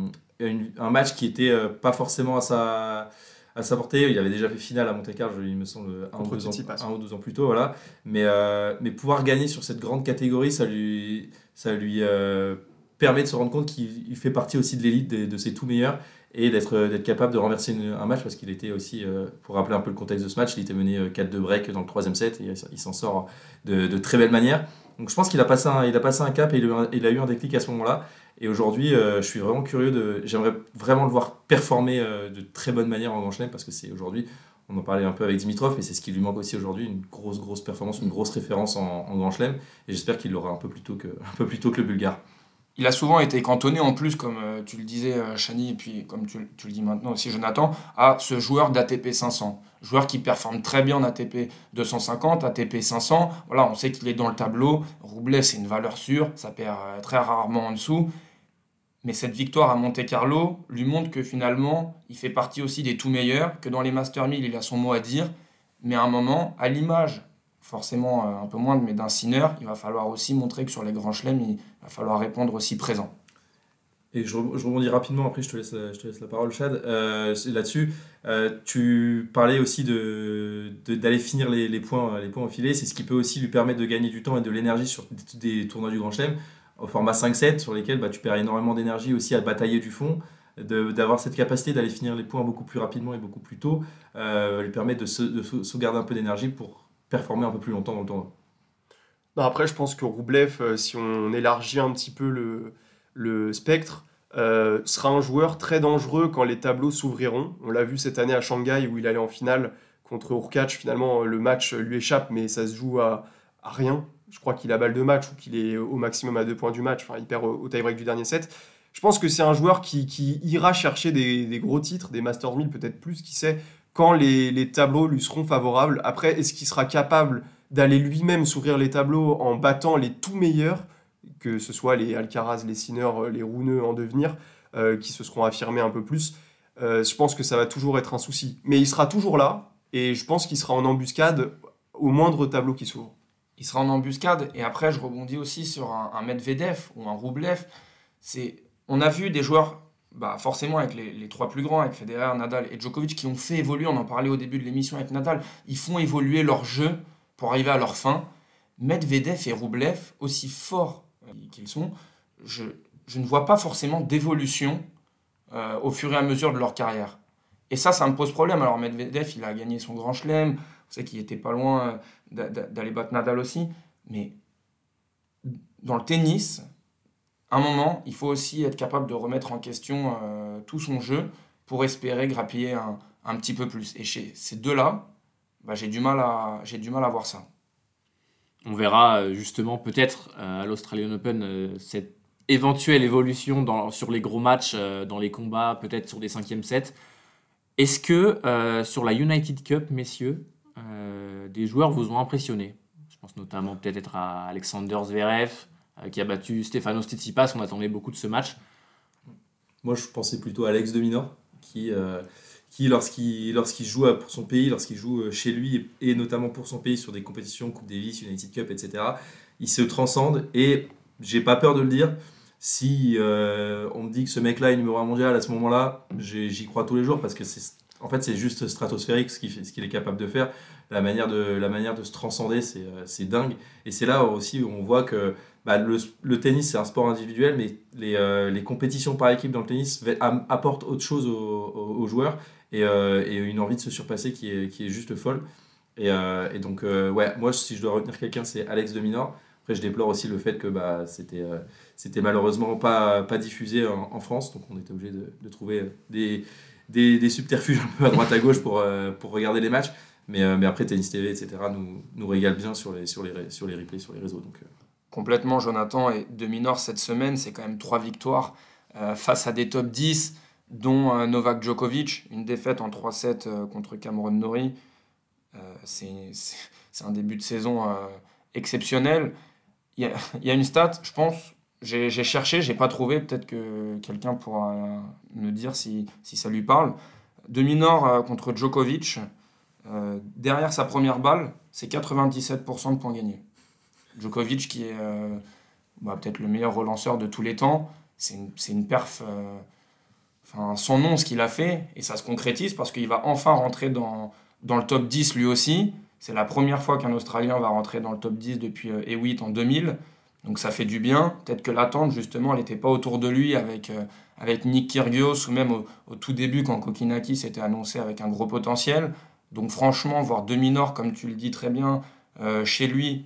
une- un match qui était euh, pas forcément à sa à sa portée. Il avait déjà fait finale à Monte-Carlo, il me semble, un ou, Contre deux ans, Tsitsipas. un ou deux ans plus tôt. Voilà. Mais, euh, mais pouvoir gagner sur cette grande catégorie, ça lui, ça lui euh, permet de se rendre compte qu'il il fait partie aussi de l'élite de, de ses tout meilleurs et d'être, d'être capable de renverser une- un match parce qu'il était aussi, euh, pour rappeler un peu le contexte de ce match, il était mené euh, quatre deux break dans le troisième set et il s'en sort de, de très belle manière. Donc je pense qu'il a passé un, il a passé un cap et il a, eu un- il a eu un déclic à ce moment-là. Et aujourd'hui, euh, je suis vraiment curieux de. J'aimerais vraiment le voir performer euh, de très bonne manière en Grand Chelem parce que c'est aujourd'hui. On en parlait un peu avec Dimitrov, mais c'est ce qui lui manque aussi aujourd'hui, une grosse, grosse performance, une grosse référence en, en Grand Chelem. Et j'espère qu'il l'aura un peu plus tôt que, un peu plus tôt que le Bulgare. Il a souvent été cantonné en plus, comme euh, tu le disais, euh, Chani, et puis comme tu, tu le dis maintenant aussi, Jonathan, à ce joueur d'A T P cinq cents. Joueur qui performe très bien en A T P deux cent cinquante, A T P cinq cents. Voilà, on sait qu'il est dans le tableau. Roublev, c'est une valeur sûre, ça perd euh, très rarement en dessous. Mais cette victoire à Monte-Carlo lui montre que finalement, il fait partie aussi des tout meilleurs, que dans les Master mille, il a son mot à dire. Mais à un moment, à l'image, forcément euh, un peu moins, mais d'un Sinner, il va falloir aussi montrer que sur les grands chelems, il va falloir répondre aussi présent. Et je, re- je rebondis rapidement, après je te laisse, la- je te laisse la parole, Chad. Euh, c'est là-dessus, euh, tu parlais aussi de, de- d'aller finir les, les points, les points au filet. C'est ce qui peut aussi lui permettre de gagner du temps et de l'énergie sur des, des tournois du Grand Chelem au format cinq sept, sur lesquels bah, tu perds énormément d'énergie aussi à batailler du fond. De- d'avoir cette capacité d'aller finir les points beaucoup plus rapidement et beaucoup plus tôt, euh, lui permet de, se, de se- sauvegarder un peu d'énergie pour performer un peu plus longtemps dans le tournoi. Non, après, je pense que Roublev, euh, si on élargit un petit peu le, le spectre, euh, sera un joueur très dangereux quand les tableaux s'ouvriront. On l'a vu cette année à Shanghai où il allait en finale contre Hurkacz. Finalement, le match lui échappe, mais ça se joue à, à rien. Je crois qu'il a balle de match ou qu'il est au maximum à deux points du match. Enfin, il perd au, au tie-break du dernier set. Je pense que c'est un joueur qui, qui ira chercher des, des gros titres, des Masters mille peut-être plus, qui sait, quand les, les tableaux lui seront favorables. Après, est-ce qu'il sera capable d'aller lui-même s'ouvrir les tableaux en battant les tout meilleurs, que ce soit les Alcaraz, les Sinner, les Runeux en devenir, euh, qui se seront affirmés un peu plus. Euh, je pense que ça va toujours être un souci. Mais il sera toujours là, et je pense qu'il sera en embuscade au moindre tableau qui s'ouvre. Il sera en embuscade, et après, je rebondis aussi sur un, un Medvedev ou un Roublev. C'est, on a vu des joueurs, bah forcément avec les, les trois plus grands, avec Federer, Nadal et Djokovic, qui ont fait évoluer, on en parlait au début de l'émission avec Nadal, ils font évoluer leur jeu pour arriver à leur fin. Medvedev et Roublev, aussi forts euh, qu'ils sont, je, je ne vois pas forcément d'évolution euh, au fur et à mesure de leur carrière. Et ça, ça me pose problème. Alors Medvedev, il a gagné son grand chelem, vous savez qu'il était pas loin euh, d'a- d'a- d'aller battre Nadal aussi, mais dans le tennis, à un moment, il faut aussi être capable de remettre en question euh, tout son jeu pour espérer grappiller un, un petit peu plus. Et chez ces deux-là, bah, j'ai du mal à, j'ai du mal à voir ça. On verra euh, justement peut-être euh, à l'Australian Open euh, cette éventuelle évolution dans- sur les gros matchs, euh, dans les combats, peut-être sur des cinquièmes sets. Est-ce que euh, sur la United Cup, messieurs, euh, des joueurs vous ont impressionné? Je pense notamment peut-être à Alexander Zverev, euh, qui a battu Stefanos Tsitsipas. On attendait beaucoup de ce match. Moi, je pensais plutôt à Alex de Minaur, qui, euh, qui lorsqu'il, lorsqu'il joue à- pour son pays, lorsqu'il joue euh, chez lui, et, et notamment pour son pays sur des compétitions, Coupe Davis, United Cup, et cetera, il se transcende, et j'ai pas peur de le dire, si euh, on me dit que ce mec-là est numéro un mondial à ce moment-là, j'ai- j'y crois tous les jours, parce que c'est, en fait, c'est juste stratosphérique ce qu'il, fait- ce qu'il est capable de faire. La manière de, la manière de se transcender, c'est, euh, c'est dingue. Et c'est là aussi où on voit que bah, le, le tennis, c'est un sport individuel, mais les, euh, les compétitions par équipe dans le tennis va- am- apportent autre chose aux, aux- aux joueurs et, euh, et une envie de se surpasser qui est, qui est juste folle. Et, euh, et donc, euh, ouais, moi, si je dois retenir quelqu'un, c'est Alex de Minaur. Après, je déplore aussi le fait que bah, c'était, euh, c'était malheureusement pas, pas diffusé en, en France, donc on était obligé de, de trouver des, des, des subterfuges un peu à droite à gauche pour, euh, pour regarder les matchs. Mais, euh, mais après, Tennis T V, et cetera, nous, nous régale bien sur les, sur, les, ré- sur les replays, sur les réseaux. Donc, euh, Complètement, Jonathan. Et de Minor cette semaine, c'est quand même trois victoires euh, face à des top dix, dont euh, Novak Djokovic, une défaite en trois sept euh, contre Cameron Norrie. Euh, c'est, c'est, c'est un début de saison euh, exceptionnel. Il y a, il y a une stat, je pense, j'ai, j'ai cherché, j'ai pas trouvé, peut-être que quelqu'un pourra me dire si, si ça lui parle. De Minaur euh, contre Djokovic, euh, derrière sa première balle, c'est quatre-vingt-dix-sept pour cent de points gagnés. Djokovic, qui est euh, bah, peut-être le meilleur relanceur de tous les temps, c'est une, c'est une perf, euh, enfin, son nom, ce qu'il a fait, et ça se concrétise parce qu'il va enfin rentrer dans, dans le top dix lui aussi. C'est la première fois qu'un Australien va rentrer dans le top dix depuis euh, Hewitt en deux mille. Donc ça fait du bien. Peut-être que l'attente, justement, elle n'était pas autour de lui avec, euh, avec Nick Kyrgios ou même au, au tout début quand Kokinakis s'était annoncé avec un gros potentiel. Donc franchement, voir De Minaur, comme tu le dis très bien, euh, chez lui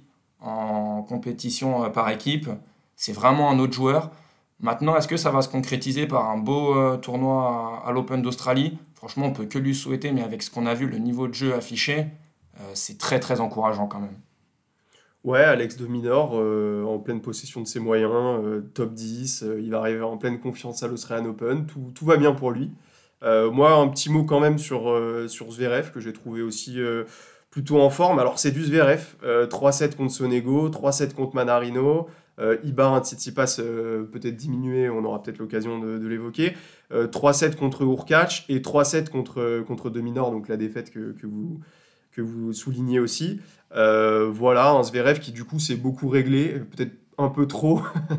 en compétition euh, par équipe, c'est vraiment un autre joueur. Maintenant, est-ce que ça va se concrétiser par un beau euh, tournoi à, à l'Open d'Australie? Franchement, on peut que lui souhaiter, mais avec ce qu'on a vu, le niveau de jeu affiché, euh, c'est très très encourageant quand même. Ouais, Alex de Minaur, euh, en pleine possession de ses moyens, euh, top dix, euh, il va arriver en pleine confiance à l'Australian Open, tout, tout va bien pour lui. Euh, moi, un petit mot quand même sur, euh, sur Zverev, que j'ai trouvé aussi euh, plutôt en forme. Alors, c'est du Zverev, euh, trois sept contre Sonego, trois sept contre Manarino, euh, Ibar, Tsitsipas euh, peut-être diminué, on aura peut-être l'occasion de, de l'évoquer, euh, trois sept contre Hurkacz et trois sept contre, contre de Minaur, donc la défaite que, que vous, que vous soulignez aussi. Euh, voilà, un Zverev qui du coup s'est beaucoup réglé, peut-être un peu trop.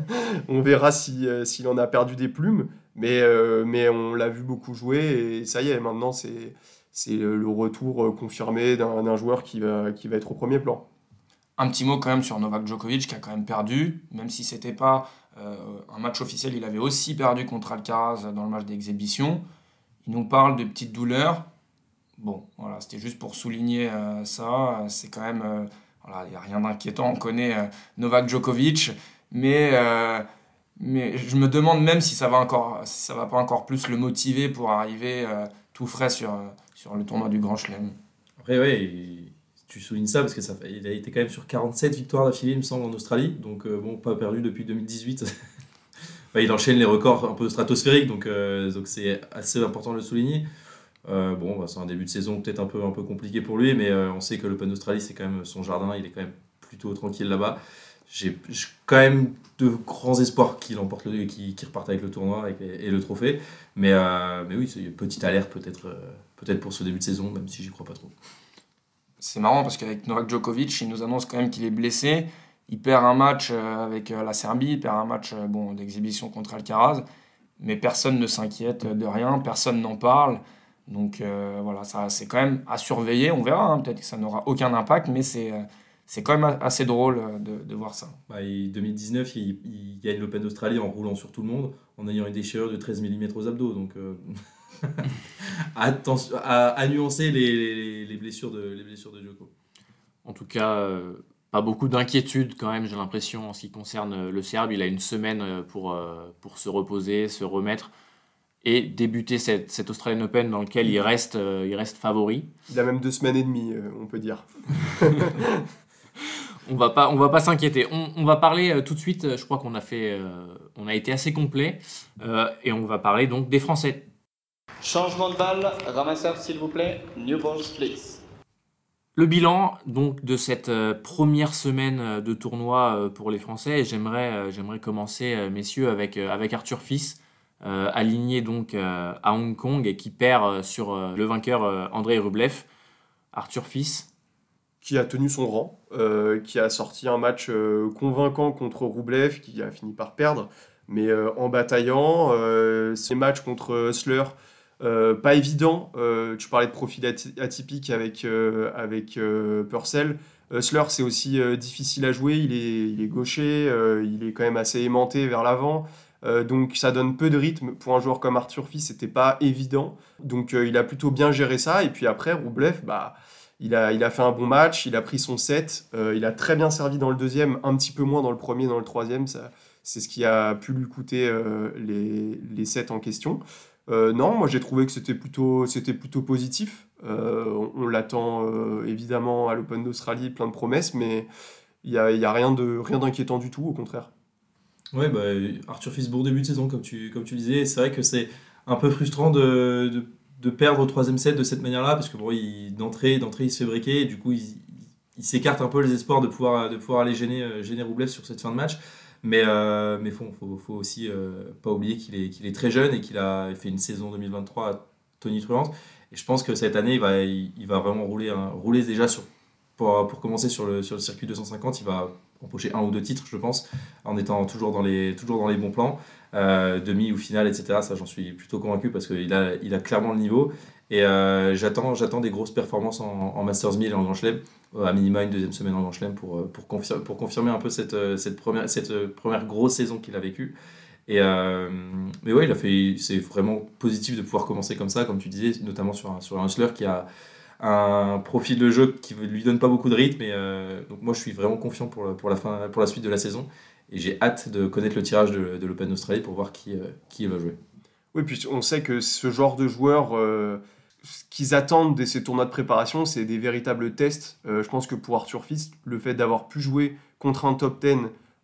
On verra si, euh, s'il en a perdu des plumes, mais, euh, mais on l'a vu beaucoup jouer et ça y est, maintenant c'est, c'est le retour euh, confirmé d'un, d'un joueur qui va, qui va être au premier plan. Un petit mot quand même sur Novak Djokovic qui a quand même perdu, même si c'était pas euh, un match officiel, il avait aussi perdu contre Alcaraz dans le match d'exhibition. Il nous parle de petites douleurs. Bon, voilà, c'était juste pour souligner euh, ça. C'est quand même, euh, voilà, il n'y a rien d'inquiétant. On connaît euh, Novak Djokovic, mais, euh, mais je me demande même si ça va encore, si ça va pas encore plus le motiver pour arriver euh, tout frais sur, euh, sur le tournoi du Grand Chelem. Après, ouais, et tu soulignes ça parce que ça fait- il a été quand même sur quarante-sept victoires d'affilée, il me semble, en Australie. Donc, euh, bon, pas perdu depuis deux mille dix-huit. Enfin, il enchaîne les records un peu stratosphériques, donc euh, donc c'est assez important de le souligner. Euh, bon, bah, c'est un début de saison peut-être un peu, un peu compliqué pour lui, mais euh, on sait que l'Open d'Australie, c'est quand même son jardin, il est quand même plutôt tranquille là-bas. J'ai j'ai quand même de grands espoirs qu'il emporte le, qu'il, qu'il reparte avec le tournoi avec, et le trophée. Mais, euh, mais oui, c'est une petite alerte peut-être, euh, peut-être pour ce début de saison, même si j'y crois pas trop. C'est marrant parce qu'avec Novak Djokovic, il nous annonce quand même qu'il est blessé. Il perd un match euh, avec euh, la Serbie, il perd un match euh, bon, d'exhibition contre Alcaraz, mais personne ne s'inquiète de rien, personne n'en parle. Donc euh, voilà, ça, c'est quand même à surveiller. On verra, hein, peut-être que ça n'aura aucun impact, mais c'est, euh, c'est quand même a- assez drôle euh, de, de voir ça. Bah, il- deux mille dix-neuf, il, il gagne l'Open d'Australie en roulant sur tout le monde, en ayant une déchirure de treize millimètres aux abdos. Donc, euh, attention à, à nuancer les, les, les blessures de, les blessures de Djoko. En tout cas, euh, pas beaucoup d'inquiétude quand même, j'ai l'impression, en ce qui concerne euh, le Serbe. Il a une semaine euh, pour, euh, pour se reposer, se remettre et débuter cette, cette Australian Open dans lequel il reste, euh, il reste favori. Il a même deux semaines et demie, euh, on peut dire. On va pas, on va pas s'inquiéter. On, on va parler euh, tout de suite. euh, Je crois qu'on a fait, euh, on a été assez complet euh, et on va parler donc des Français. Changement de balle, ramasseur s'il vous plaît, new balls please. Le bilan donc de cette euh, première semaine euh, de tournoi euh, pour les Français. Et J'aimerais, euh, j'aimerais commencer, euh, messieurs, avec euh, avec Arthur Fils, euh, aligné donc euh, à Hong Kong et qui perd euh, sur euh, le vainqueur euh, Andrei Rublev. Arthur Fils. Qui a tenu son rang, euh, qui a sorti un match euh, convaincant contre Roublev, qui a fini par perdre, mais euh, en bataillant. Euh, ces matchs contre Hustler, euh, pas évident. Euh, tu parlais de profil aty- atypique avec, euh, avec euh, Purcell. Hustler, c'est aussi euh, difficile à jouer. Il est, il est gaucher, euh, il est quand même assez aimanté vers l'avant. Euh, donc ça donne peu de rythme. Pour un joueur comme Arthur Fils, c'était pas évident. Donc euh, il a plutôt bien géré ça. Et puis après, Roublev, bah. Il a, il a fait un bon match, il a pris son set, euh, il a très bien servi dans le deuxième, un petit peu moins dans le premier, dans le troisième. Ça, c'est ce qui a pu lui coûter euh, les, les sets en question. Euh, non, moi j'ai trouvé que c'était plutôt, c'était plutôt positif. Euh, on, on l'attend euh, évidemment à l'Open d'Australie, plein de promesses, mais il n'y a, il y a rien de, rien d'inquiétant du tout, au contraire. Ouais, bah, Arthur Fils, bon début de saison, comme tu, comme tu disais. C'est vrai que c'est un peu frustrant de, de, de perdre au troisième set de cette manière-là, parce que bon, il, d'entrée, d'entrée, il se fait breaker, et du coup, il, il s'écarte un peu les espoirs de pouvoir, de pouvoir aller gêner, euh, gêner Roublev sur cette fin de match. Mais euh, mais faut, faut, faut aussi euh, pas oublier qu'il est, qu'il est très jeune et qu'il a fait une saison deux mille vingt-trois tonitruante. Et je pense que cette année, il va, il, il va vraiment rouler, hein, rouler déjà sur, pour, pour commencer sur le, sur le circuit deux cent cinquante. Il va empocher un ou deux titres, je pense, en étant toujours dans les, toujours dans les bons plans. Euh, demi ou finale, et cetera. Ça, j'en suis plutôt convaincu parce qu'il a, il a clairement le niveau. Et euh, j'attends, j'attends des grosses performances en, en Masters mille et en Grand Chelem, à minima une deuxième semaine en Grand Chelem pour, pour, confirmer, pour confirmer un peu cette, cette, première, cette première grosse saison qu'il a vécue. Et euh, mais ouais, il a fait, c'est vraiment positif de pouvoir commencer comme ça, comme tu disais, notamment sur un, sur un hustler qui a un profil de jeu qui lui donne pas beaucoup de rythme. Et euh, donc moi, je suis vraiment confiant pour, pour, la fin, pour la suite de la saison. Et j'ai hâte de connaître le tirage de, de l'Open d'Australie pour voir qui, euh, qui va jouer. Oui, puis on sait que ce genre de joueurs, euh, ce qu'ils attendent de ces tournois de préparation, c'est des véritables tests. Euh, je pense que pour Arthur Fils, le fait d'avoir pu jouer contre un top dix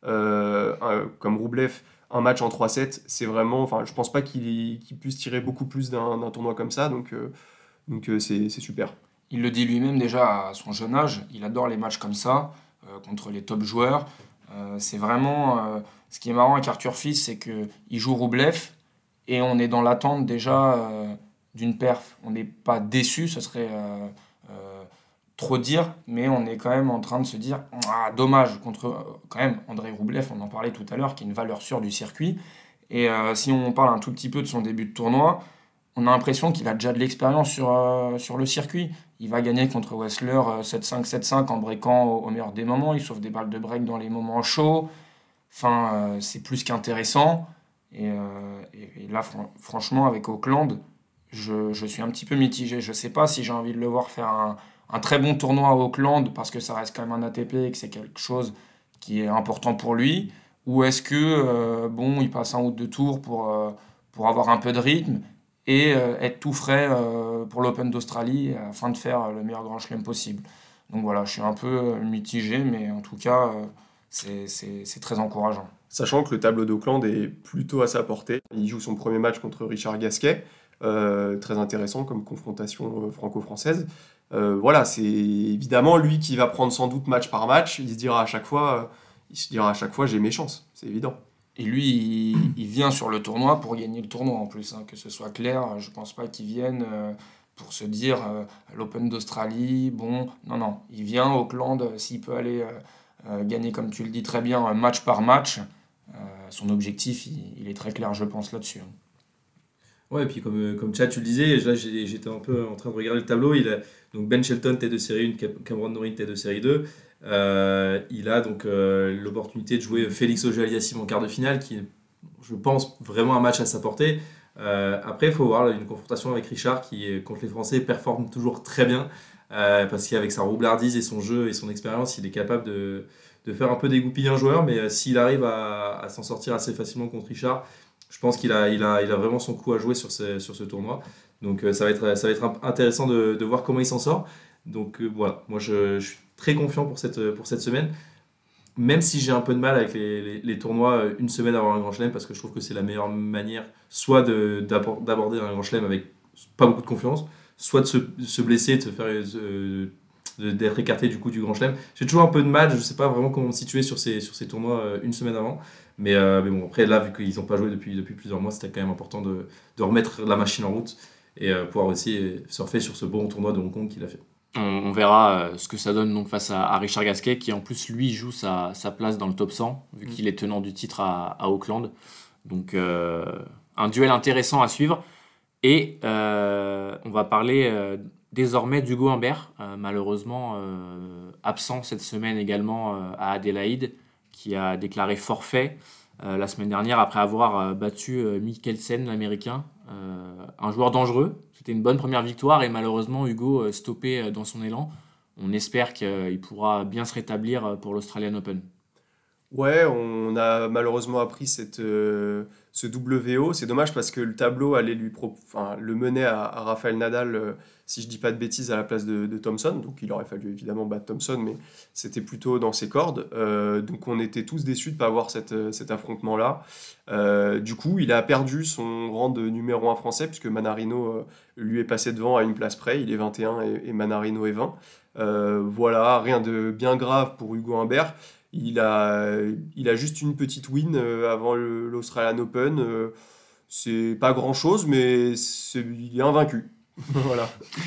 euh, un, comme Roublev, un match en trois sept, c'est vraiment. Enfin, je pense pas qu'il, qu'il puisse tirer beaucoup plus d'un, d'un tournoi comme ça, donc, euh, donc euh, c'est, c'est super. Il le dit lui-même déjà à son jeune âge, il adore les matchs comme ça, euh, contre les top joueurs. Euh, c'est vraiment. Euh, ce qui est marrant avec Arthur Fils, c'est qu'il joue Roublev et on est dans l'attente déjà euh, d'une perf. On n'est pas déçu, ce serait euh, euh, trop dire, mais on est quand même en train de se dire ah, dommage, contre euh, quand même Andrei Roublev, on en parlait tout à l'heure, qui est une valeur sûre du circuit. Et euh, si on parle un tout petit peu de son début de tournoi, on a l'impression qu'il a déjà de l'expérience sur, euh, sur le circuit. Il va gagner contre Wessler euh, sept cinq sept cinq en breakant au, au meilleur des moments. Il sauve des balles de break dans les moments chauds. Enfin, euh, c'est plus qu'intéressant. Et, euh, et, et là, fr- franchement, avec Auckland, je, je suis un petit peu mitigé. Je ne sais pas si j'ai envie de le voir faire un, un très bon tournoi à Auckland, parce que ça reste quand même un A T P et que c'est quelque chose qui est important pour lui. Ou est-ce que, euh, bon, il passe un ou deux tours pour, euh, pour avoir un peu de rythme et euh, être tout frais euh, pour l'Open d'Australie afin de faire le meilleur Grand Chelem possible. Donc voilà, je suis un peu euh, mitigé, mais en tout cas, euh, c'est, c'est, c'est très encourageant. Sachant que le tableau d'Auckland est plutôt à sa portée. Il joue son premier match contre Richard Gasquet, euh, très intéressant comme confrontation euh, franco-française. Euh, voilà, c'est évidemment lui qui va prendre sans doute match par match. Il se dira à chaque fois, euh, il se dira à chaque fois, j'ai mes chances, c'est évident. Et lui, il, il vient sur le tournoi pour gagner le tournoi en plus, hein, que ce soit clair. Je pense pas qu'il vienne euh, pour se dire euh, l'Open d'Australie, bon, non, non. Il vient au Auckland, euh, s'il peut aller euh, euh, gagner, comme tu le dis très bien, euh, match par match, euh, son objectif, il, il est très clair, je pense, là-dessus. hein. Ouais, et puis comme, euh, comme Chad, tu le disais, là j'ai- j'étais un peu en train de regarder le tableau. Il a donc Ben Shelton, tête de série un, Cam- Cameron Norrie, tête de série deux. Euh, il a donc euh, l'opportunité de jouer Félix Auger-Aliassime en quart de finale, qui est, je pense, vraiment un match à sa portée. Euh, après, il faut voir là, une confrontation avec Richard qui, euh, contre les Français, performe toujours très bien. Euh, parce qu'avec sa roublardise et son jeu et son expérience, il est capable de, de faire un peu dégoupiller un joueur. Mais euh, s'il arrive à, à s'en sortir assez facilement contre Richard, je pense qu'il a, il a, il a vraiment son coup à jouer sur ce, sur ce tournoi. Donc euh, ça va être, ça va être intéressant de, de voir comment il s'en sort. Donc euh, voilà, moi je, je suis très confiant pour cette, pour cette semaine. Même si j'ai un peu de mal avec les, les, les tournois euh, une semaine avant un Grand Chelem, parce que je trouve que c'est la meilleure manière soit de, d'abor- d'aborder un Grand Chelem avec pas beaucoup de confiance, soit de se, de se blesser, de se faire, euh, de- d'être écarté du coup du Grand Chelem. J'ai toujours un peu de mal, je sais pas vraiment comment me situer sur ces, sur ces tournois euh, une semaine avant. Mais, euh, mais bon, après là, vu qu'ils n'ont pas joué depuis, depuis plusieurs mois, c'était quand même important de, de remettre la machine en route et euh, pouvoir aussi euh, surfer sur ce bon tournoi de Hong Kong qu'il a fait. On, on verra euh, ce que ça donne donc face à, à Richard Gasquet, qui en plus lui joue sa, sa place dans le top cent, vu qu'il est tenant du titre à, à Auckland. Donc euh, un duel intéressant à suivre. Et euh, on va parler euh, désormais d'Hugo Humbert, euh, malheureusement euh, absent cette semaine également euh, à Adélaïde, qui a déclaré forfait euh, la semaine dernière après avoir euh, battu euh, Mikkelsen, l'Américain, euh, un joueur dangereux. C'était une bonne première victoire et malheureusement Hugo euh, stoppé euh, dans son élan. On espère qu'il pourra bien se rétablir euh, pour l'Australian Open. Ouais, on a malheureusement appris cette, euh, ce W O. C'est dommage parce que le tableau allait lui pro- enfin, le menait à, à Rafael Nadal, euh, si je dis pas de bêtises, à la place de, de Thompson. Donc il aurait fallu évidemment battre Thompson, mais c'était plutôt dans ses cordes. Euh, donc on était tous déçus de ne pas avoir cette, euh, cet affrontement-là. Euh, du coup, il a perdu son rang de numéro un français puisque Manarino euh, lui est passé devant à une place près. Il est vingt et un et, et Manarino est vingt. Euh, voilà, rien de bien grave pour Hugo Humbert. Il a, il a juste une petite win euh, avant le- l'Australian Open. Euh, c'est pas grand-chose, mais c'est- il est invaincu. Voilà.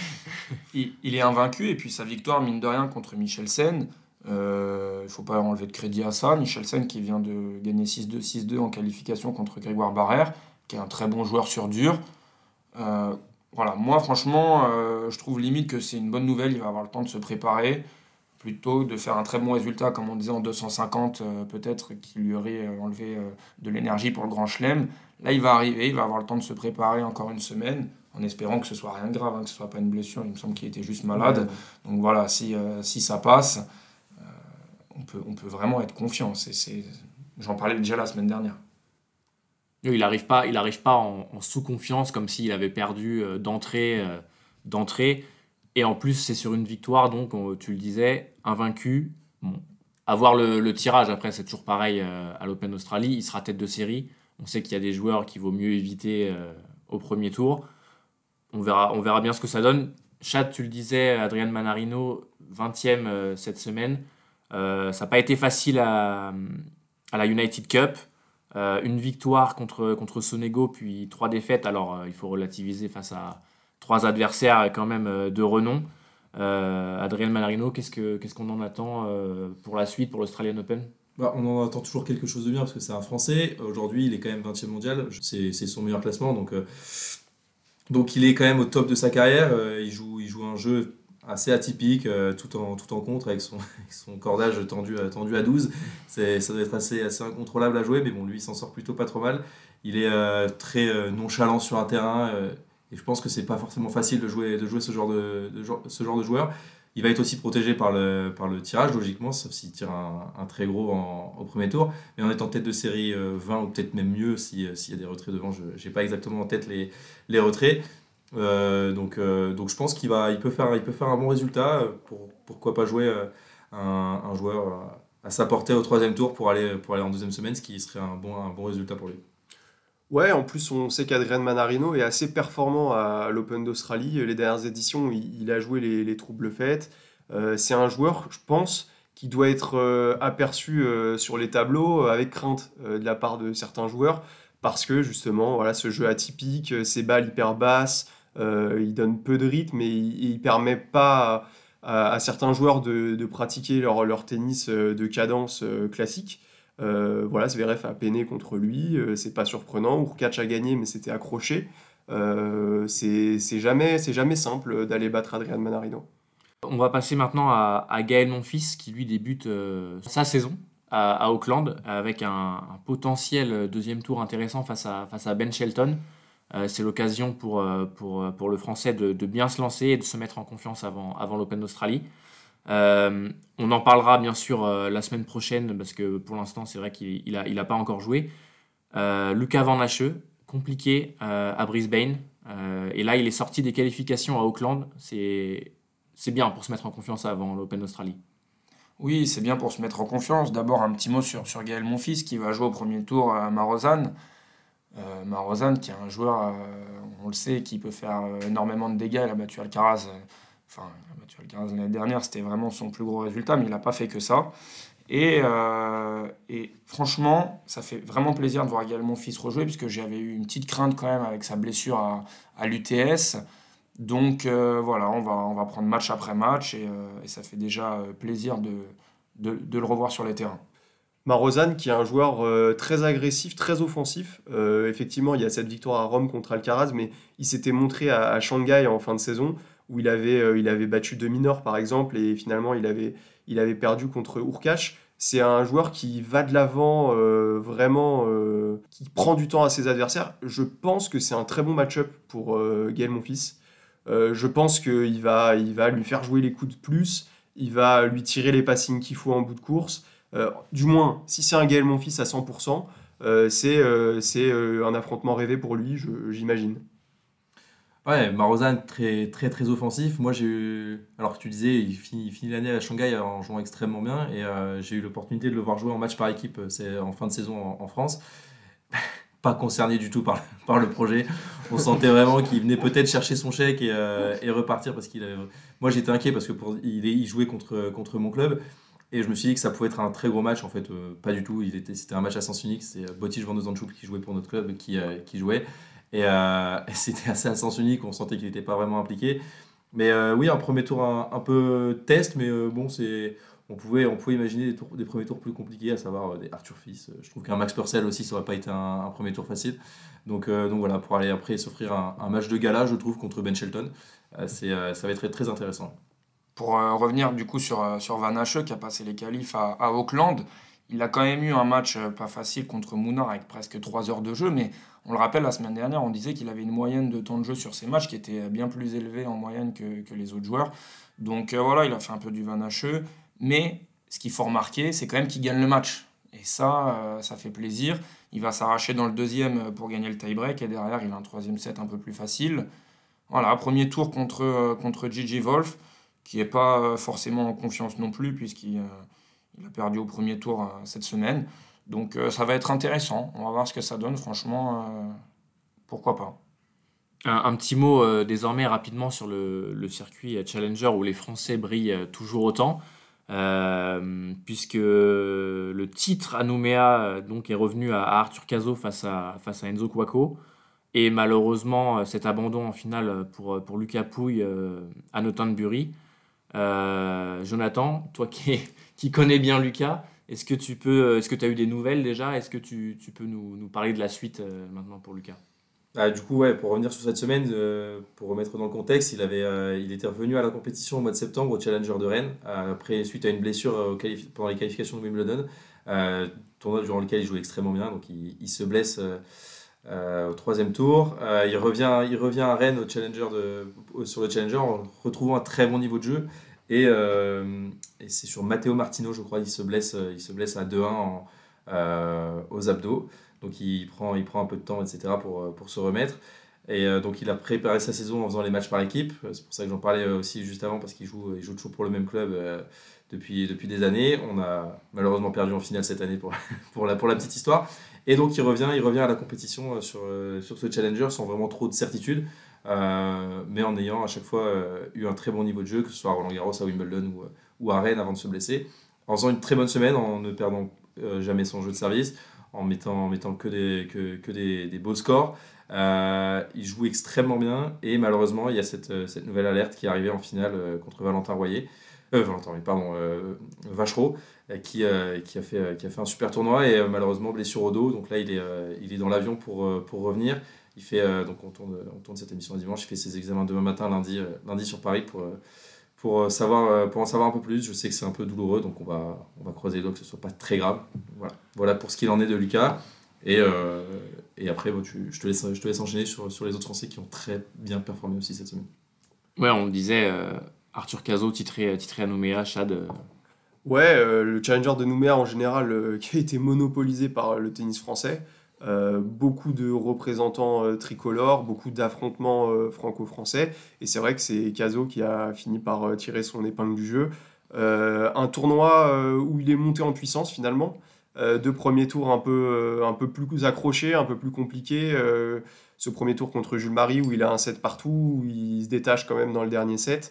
Il, il est invaincu et puis sa victoire, mine de rien, contre Michelsen, euh, il ne faut pas enlever de crédit à ça. Michelsen qui vient de gagner six deux, six deux en qualification contre Grégoire Barrère, qui est un très bon joueur sur dur. Euh, voilà, moi franchement, euh, je trouve limite que c'est une bonne nouvelle. Il va avoir le temps de se préparer plutôt que de faire un très bon résultat, comme on disait en deux cent cinquante, euh, peut-être qui lui aurait euh, enlevé euh, de l'énergie pour le Grand Chelem. Là, il va arriver, il va avoir le temps de se préparer encore une semaine, en espérant que ce soit rien de grave, hein, que ce soit pas une blessure. Il me semble qu'il était juste malade. Donc voilà, si, euh, si ça passe, euh, on peut, on peut vraiment être confiant. C'est, c'est... J'en parlais déjà la semaine dernière. Il n'arrive pas, il arrive pas en, en sous-confiance comme s'il avait perdu euh, d'entrée, euh, d'entrée. Et en plus, c'est sur une victoire, donc on- tu le disais, invaincu. Bon. Avoir le, le tirage, après, c'est toujours pareil euh, à l'Open Australie. Il sera tête de série. On sait qu'il y a des joueurs qu'il vaut mieux éviter euh, au premier tour. On verra, on verra bien ce que ça donne. Chad, tu le disais, Adrian Manarino, vingtième euh, cette semaine. Euh, ça n'a pas été facile à, à la United Cup. Euh, une victoire contre, contre Sonego, puis trois défaites. Alors, euh, il faut relativiser face à trois adversaires quand même euh, de renom. Euh, Adrian Manarino, qu'est-ce que, qu'est-ce qu'on en attend euh, pour la suite, pour l'Australian Open? Bah, on en attend toujours quelque chose de bien parce que c'est un Français. Aujourd'hui, il est quand même vingtième mondial. C'est, c'est son meilleur classement. Donc, euh, donc, il est quand même au top de sa carrière. Euh, il, joue, il joue un jeu assez atypique, euh, tout, en, tout en contre, avec son, avec son cordage tendu, à- tendu à douze. C'est, ça doit être assez, assez incontrôlable à jouer, mais bon, lui, il s'en sort plutôt pas trop mal. Il est euh, très euh, nonchalant sur un terrain. Euh, et je pense que c'est pas forcément facile de jouer, de jouer ce, genre de, de jou- ce genre de joueur. Il va être aussi protégé par le, par le tirage, logiquement, sauf s'il tire un, un très gros en- au premier tour. Mais en étant tête de série euh, vingt, ou peut-être même mieux si, euh, s'il y a des retraits devant, je n'ai pas exactement en tête les, les retraits. Euh, donc, euh, donc je pense qu'il va, il peut faire, il peut faire un bon résultat. euh, Pour, pourquoi pas jouer euh, un, un joueur euh, à sa portée au troisième tour pour aller, pour aller en deuxième semaine, ce qui serait un bon, un bon résultat pour lui. Ouais, en plus, on sait qu'Adrian Manarino est assez performant à l'Open d'Australie. Les dernières éditions, il, il a joué les, les troubles fêtes. Euh, c'est un joueur, je pense, qui doit être euh, aperçu euh, sur les tableaux euh, avec crainte euh, de la part de certains joueurs, parce que justement, voilà, ce jeu atypique, euh, ses balles hyper basses, euh, il donne peu de rythme et il, il permet pas à, à- à certains joueurs de, de pratiquer leur, leur tennis euh, de cadence euh, classique. Euh, voilà, Zverev a peiné contre lui, euh, c'est pas surprenant. Urkac a gagné, mais c'était accroché. Euh, c'est c'est jamais, c'est jamais simple d'aller battre Adrian Manarino. On va passer maintenant à, à Gaël Monfils qui lui débute euh, sa saison à, à Auckland avec un, un potentiel deuxième tour intéressant face à, face à Ben Shelton. Euh, c'est l'occasion pour, euh, pour, pour le Français de, de bien se lancer et de se mettre en confiance avant, avant l'Open d'Australie. Euh, on en parlera bien sûr euh, la semaine prochaine parce que pour l'instant c'est vrai qu'il il a, il a pas encore joué. Euh, Lucas Van Hacheux, compliqué euh, à Brisbane. Euh, et là il est sorti des qualifications à Auckland. C'est, c'est bien pour se mettre en confiance avant l'Open d'Australie. Oui, c'est bien pour se mettre en confiance. D'abord, un petit mot sur, sur Gaël Monfils qui va jouer au premier tour à Marozan. Euh, Marozan, qui est un joueur, euh, on le sait, qui peut faire euh, énormément de dégâts. Il a battu Alcaraz. euh, Enfin, il a battu Alcaraz l'année dernière, c'était vraiment son plus gros résultat, mais il n'a pas fait que ça. Et, euh, et franchement, ça fait vraiment plaisir de voir Gaël Monfils rejouer, puisque j'avais eu une petite crainte quand même avec sa blessure à, à l'U T S. Donc euh, voilà, on va, on va prendre match après match, et, euh, et ça fait déjà euh, plaisir de, de, de le revoir sur les terrains. Marozan, qui est un joueur euh, très agressif, très offensif. Euh, effectivement, il y a cette victoire à Rome contre Alcaraz, mais il s'était montré à, à Shanghai en fin de saison, où il avait, euh, il avait battu deux mineurs, par exemple, et finalement, il avait, il avait perdu contre Urkash. C'est un joueur qui va de l'avant, euh, vraiment, euh, qui prend du temps à ses adversaires. Je pense que c'est un très bon match-up pour euh, Gaël Monfils. Euh, je pense qu'il va, il va lui faire jouer les coups de plus, il va lui tirer les passings qu'il faut en bout de course. Euh, du moins, si c'est un Gaël Monfils à cent pour cent, euh, c'est, euh, c'est euh, un affrontement rêvé pour lui, je- j'imagine. Ouais, Marozan très très très offensif. Moi j'ai eu, alors que tu disais, il finit, il finit l'année à Shanghai en jouant extrêmement bien et euh, j'ai eu l'opportunité de le voir jouer en match par équipe, euh, c'est en fin de saison en, en France. Pas concerné du tout par, par le projet. On sentait vraiment qu'il venait peut-être chercher son chèque et, euh, et repartir parce qu'il avait... Moi j'étais inquiet parce que pour, il, est- il jouait contre, contre mon club et je me suis dit que ça pouvait être un très gros match. En fait, euh, pas du tout. Il était, c'était un match à sens unique. C'est Botic Van de Zandschulp qui jouait pour notre club qui, euh, qui jouait. Et, euh, et c'était assez à sens unique. On sentait qu'il n'était pas vraiment impliqué. Mais euh, oui, un premier tour un, un peu test, mais euh, bon, c'est, on pouvait, on pouvait imaginer des, tours- des premiers tours plus compliqués, à savoir euh, des Arthur Fils. Euh, Je trouve qu'un Max Purcell aussi, ça aurait pas été un, un premier tour facile. Donc, euh, donc voilà, pour aller après s'offrir un, un match de gala, je trouve, contre Ben Shelton, euh, c'est, euh, ça va être très, très intéressant. Pour euh, revenir du coup sur, euh, sur Van Hache qui a passé les qualifs à, à Auckland, il a quand même eu un match euh, pas facile contre Mounard avec presque trois heures de jeu, mais on le rappelle, la semaine dernière, on disait qu'il avait une moyenne de temps de jeu sur ses matchs qui était bien plus élevée en moyenne que, que les autres joueurs. Donc euh, voilà, il a fait un peu du Van Hache, mais ce qu'il faut remarquer, c'est quand même qu'il gagne le match. Et ça, euh, ça fait plaisir. Il va s'arracher dans le deuxième pour gagner le tie-break, et derrière, il a un troisième set un peu plus facile. Voilà, premier tour contre, euh, contre Gigi Wolf, qui n'est pas euh, forcément en confiance non plus, puisqu'il euh, il a perdu au premier tour euh, cette semaine. Donc euh, ça va être intéressant. On va voir ce que ça donne. Franchement, euh, pourquoi pas. Un, un petit mot euh, désormais rapidement sur le, le circuit Challenger où les Français brillent euh, toujours autant, euh, puisque le titre à Nouméa euh, donc est revenu à, à Arthur Cazot face à, face à Enzo Couaco. Et malheureusement, euh, cet abandon en finale pour, pour Lucas Pouille euh, à Northumbrie. Euh, Jonathan, toi qui, qui connais bien Lucas, est-ce que tu peux, est-ce que tu as eu des nouvelles déjà? Est-ce que tu, tu peux nous, nous parler de la suite euh, maintenant pour Lucas? Ah, du coup, ouais, pour revenir sur cette semaine, euh, pour remettre dans le contexte, il, avait, euh, il était revenu à la compétition au mois de septembre au Challenger de Rennes, euh, après, suite à une blessure euh, au qualif- pendant les qualifications de Wimbledon, euh, tournoi durant lequel il jouait extrêmement bien, donc il, il se blesse euh, euh, au troisième tour. Euh, il, revient, il revient à Rennes au Challenger de, au- sur le Challenger en retrouvant un très bon niveau de jeu. Et, euh, et c'est sur Matteo Martino, je crois, il se blesse, euh, il se blesse à deux un en- euh, aux abdos. Donc il prend, il prend un peu de temps, et cetera pour, euh, pour se remettre. Et euh, donc il a préparé sa saison en faisant les matchs par équipe. Euh, C'est pour ça que j'en parlais euh, aussi juste avant, parce qu'il joue, il joue toujours pour le même club euh, depuis, depuis des années. On a malheureusement perdu en finale cette année pour, pour, la, pour la petite histoire. Et donc il revient, il revient à la compétition euh, sur, euh, sur ce challenger sans vraiment trop de certitude, euh, mais en ayant à chaque fois euh, eu un très bon niveau de jeu, que ce soit à Roland Garros, à Wimbledon ou, ou à Rennes avant de se blesser, en faisant une très bonne semaine, en ne perdant euh, jamais son jeu de service, en mettant, en mettant que des, que, que des, des beaux scores. Euh, il joue extrêmement bien et malheureusement il y a cette, euh, cette nouvelle alerte qui est arrivée en finale euh, contre Valentin Royer, euh, Valentin, Royer, pardon, euh, Vachereau, euh, qui, euh, qui, a fait, euh, qui a fait un super tournoi et euh, malheureusement blessure au dos. Donc là, il est, euh, il est dans l'avion pour, euh, pour revenir. Il fait, euh, donc on tourne, on tourne cette émission le dimanche. Il fait ses examens demain matin, lundi, euh, lundi sur Paris pour, euh, pour, euh, savoir, euh, pour en savoir un peu plus. Je sais que c'est un peu douloureux, donc on va, on va croiser les doigts que ce soit pas très grave. Voilà, voilà pour ce qu'il en est de Lucas. Et, euh, et après, bon, tu, je, te laisse, je te laisse enchaîner sur, sur les autres Français qui ont très bien performé aussi cette semaine. Ouais, on disait euh, Arthur Cazot titré, titré à Nouméa, Chad. euh, Ouais, euh, le Challenger de Nouméa en général, euh, qui a été monopolisé par euh, le tennis français. Euh, beaucoup de représentants euh, tricolores, beaucoup d'affrontements euh, franco-français. Et c'est vrai que c'est Cazot qui a fini par euh, tirer son épingle du jeu. Euh, un tournoi euh, où il est monté en puissance finalement. Euh, deux premiers tours un peu, euh, un peu plus accrochés, un peu plus compliqués. Euh, ce premier tour contre Jules Marie où il a un set partout, où il se détache quand même dans le dernier set.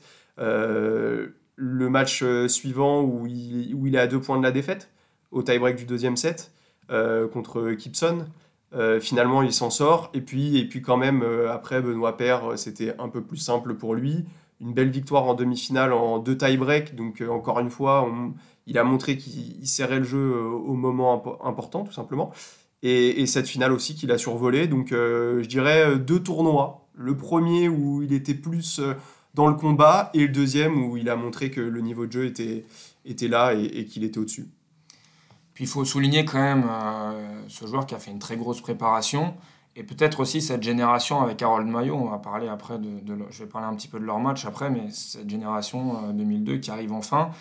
Euh, le match euh, suivant où il, où il est à deux points de la défaite, au tie-break du deuxième set, euh, contre Gibson. Euh, finalement, il s'en sort. Et puis, et puis quand même, euh, après, Benoît Paire, euh, c'était un peu plus simple pour lui. Une belle victoire en demi-finale en deux tie-break. Donc, euh, encore une fois, on- il a montré qu'il il serrait le jeu euh, au moment impo- important, tout simplement. Et, et cette finale aussi qu'il a survolée. Donc, euh, je dirais euh, deux tournois. Le premier où il était plus euh, dans le combat et le deuxième où il a montré que le niveau de jeu était, était là et, et qu'il était au-dessus. Puis il faut souligner quand même euh, ce joueur qui a fait une très grosse préparation. Et peut-être aussi cette génération avec Harold Maillot, on va parler après de, de leur- je vais parler un petit peu de leur match après, mais cette génération euh, deux mille deux qui arrive enfin.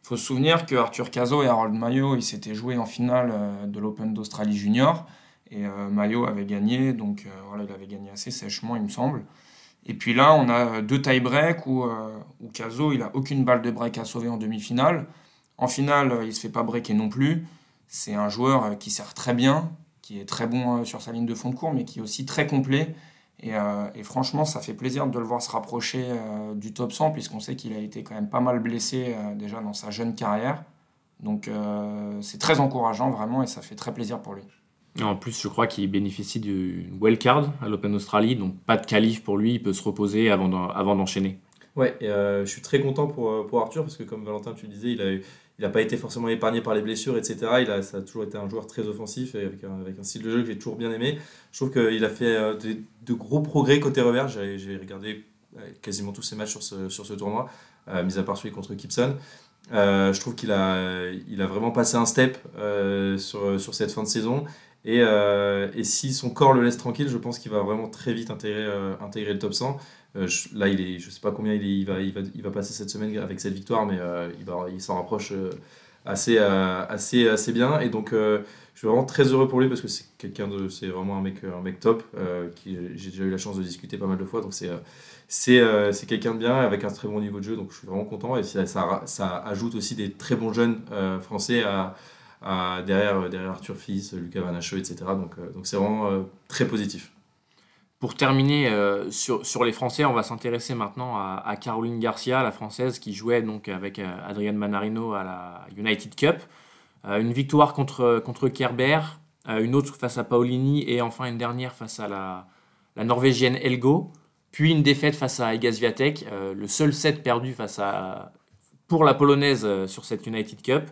Il faut se souvenir que Arthur Cazaux et Harold Mayo, ils s'étaient joués en finale euh, de l'Open d'Australie Junior. Et euh, Mayo avait gagné, donc euh, voilà, il avait gagné assez sèchement, il me semble. Et puis là, on a deux tie-break où, euh, où Cazaux, il n'a aucune balle de break à sauver en demi-finale. En finale, euh, il ne se fait pas breaker non plus. C'est un joueur euh, qui sert très bien, qui est très bon euh, sur sa ligne de fond de cours, mais qui est aussi très complet. Et, euh, et franchement, ça fait plaisir de le voir se rapprocher euh, du top cent, puisqu'on sait qu'il a été quand même pas mal blessé euh, déjà dans sa jeune carrière. Donc euh, c'est très encourageant vraiment, et ça fait très plaisir pour lui. En plus, je crois qu'il bénéficie d'une wildcard à l'Open Australie, donc pas de qualif pour lui, il peut se reposer avant d'en- avant d'enchaîner. Ouais, et euh, je suis très content pour, euh, pour Arthur parce que comme Valentin tu le disais, il a, eu- il a pas été forcément épargné par les blessures, et cetera. Il a, ça a toujours été un joueur très offensif et avec un, avec un style de jeu que j'ai toujours bien aimé. Je trouve qu'il a fait euh, de, de gros progrès côté revers. J'ai j'ai regardé euh, quasiment tous ses matchs sur ce, sur ce tournoi, euh, mis à part celui contre Gibson. Euh, je trouve qu'il a, il a vraiment passé un step euh, sur, sur cette fin de saison. Et, euh, et si son corps le laisse tranquille, je pense qu'il va vraiment très vite intégrer, euh, intégrer le top cent. Euh, je- là, il est, je sais pas combien il, est- il va, il va, il va passer cette semaine avec cette victoire, mais euh, il va, il s'en rapproche euh, assez, euh, assez, assez bien. Et donc, euh, je suis vraiment très heureux pour lui parce que c'est quelqu'un de, c'est vraiment un mec, un mec top. Euh, qui, j'ai déjà eu la chance de discuter pas mal de fois, donc c'est, euh, c'est, euh, c'est quelqu'un de bien avec un très bon niveau de jeu. Donc, je suis vraiment content. Et ça, ça, ça ajoute aussi des très bons jeunes euh, français à, à- derrière, derrière Arthur Fils, Lucas Vanacheux, et cetera. Donc, euh, donc c'est vraiment euh, très positif. Pour terminer euh, sur, sur les Français, on va s'intéresser maintenant à, à Caroline Garcia, la Française, qui jouait donc avec euh, Adrian Manarino à la United Cup. Euh, une victoire contre, contre Kerber, euh, une autre face à Paolini et enfin une dernière face à la, la Norvégienne Elgo. Puis une défaite face à Iga Swiatek, euh, le seul set perdu face à, pour la Polonaise euh, sur cette United Cup.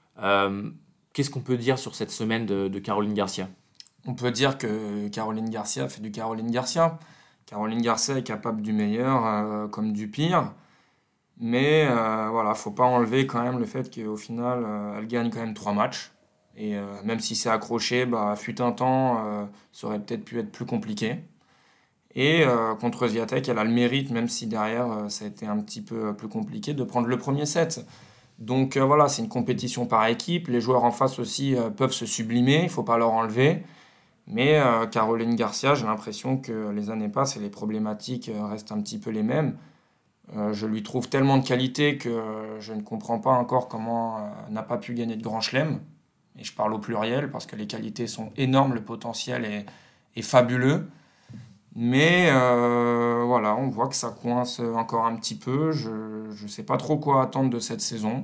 Euh, Qu'est-ce qu'on peut dire sur cette semaine de, de Caroline Garcia? On peut dire que Caroline Garcia fait du Caroline Garcia. Caroline Garcia est capable du meilleur euh, comme du pire. Mais euh, voilà, faut pas enlever quand même le fait qu'au final, euh, elle gagne quand même trois matchs. Et euh, même si c'est accroché, bah, fut un temps, euh, ça aurait peut-être pu être plus compliqué. Et euh, contre Swiatek, elle a le mérite, même si derrière, euh, ça a été un petit peu plus compliqué, de prendre le premier set. Donc euh, voilà, c'est une compétition par équipe. Les joueurs en face aussi euh, peuvent se sublimer, il faut pas leur enlever. Mais euh, Caroline Garcia, j'ai l'impression que les années passent et les problématiques euh, restent un petit peu les mêmes. Euh, je lui trouve tellement de qualité que euh, je ne comprends pas encore comment euh, elle n'a pas pu gagner de Grand Chelem. Et je parle au pluriel parce que les qualités sont énormes, le potentiel est, est fabuleux. Mais euh, voilà, on voit que ça coince encore un petit peu. Je ne sais pas trop quoi attendre de cette saison.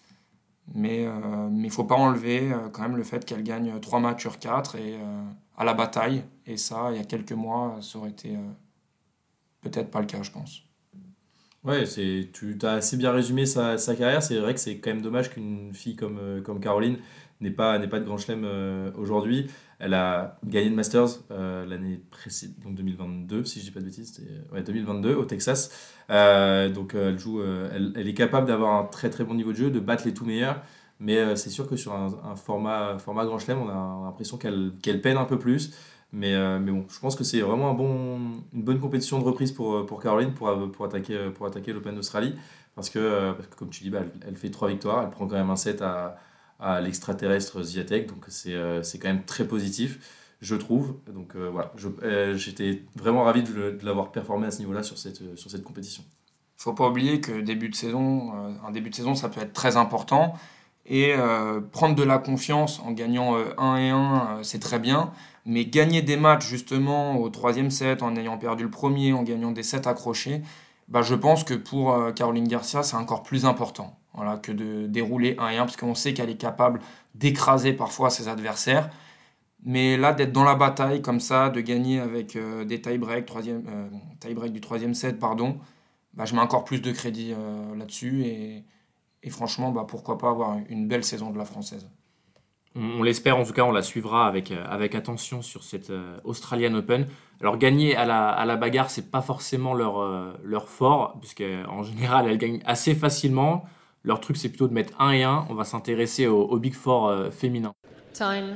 Mais euh, mais il ne faut pas enlever euh, quand même le fait qu'elle gagne trois matchs sur quatre et, euh, à la bataille. Et ça, il y a quelques mois, ça aurait été euh, peut-être pas le cas, je pense. Ouais, c'est, tu as assez bien résumé sa, sa carrière. C'est vrai que c'est quand même dommage qu'une fille comme, euh, comme Caroline n'ait pas, n'ait pas de grand chelem euh, aujourd'hui. Elle a gagné le Masters euh, l'année précédente, donc deux mille vingt-deux, si je dis pas de bêtises, c'était ouais, deux mille vingt-deux au Texas. Euh, donc euh, elle joue, euh, elle, elle est capable d'avoir un très très bon niveau de jeu, de battre les tout meilleurs. Mais euh, c'est sûr que sur un, un format, format grand chelem, on a l'impression qu'elle qu'elle peine un peu plus. Mais, euh, mais bon, je pense que c'est vraiment un bon, une bonne compétition de reprise pour, euh, pour Caroline pour, euh, pour attaquer, euh, pour attaquer l'Open d'Australie. Parce que, euh, parce que, comme tu dis, bah, elle, elle fait trois victoires, elle prend quand même un set à, à l'extraterrestre Swiatek, donc c'est euh, c'est quand même très positif, je trouve. Donc euh, voilà, je- euh, j'étais vraiment ravi de, le- de l'avoir performé à ce niveau-là sur cette, euh, sur cette compétition. Faut pas oublier que début de saison, euh, un début de saison, ça peut être très important. Et euh, prendre de la confiance en gagnant euh, un et un, euh, c'est très bien. Mais gagner des matchs justement au troisième set, en ayant perdu le premier, en gagnant des sets accrochés, bah, je pense que pour euh, Caroline Garcia, c'est encore plus important, voilà, que de dérouler un et un, parce qu'on sait qu'elle est capable d'écraser parfois ses adversaires. Mais là, d'être dans la bataille comme ça, de gagner avec euh, des tie-break, troisième, euh, tie-break du troisième set, pardon, bah, je mets encore plus de crédit euh, là-dessus. Et, et franchement, bah, pourquoi pas avoir une belle saison de la française. On, on l'espère, en tout cas, on la suivra avec, euh, avec attention sur cette euh, Australian Open. Alors, gagner à la, à la bagarre, c'est pas forcément leur, euh, leur fort, puisque en général, elles gagnent assez facilement. Leur truc, c'est plutôt de mettre un et un. On va s'intéresser au, au Big Four euh, féminin. Time.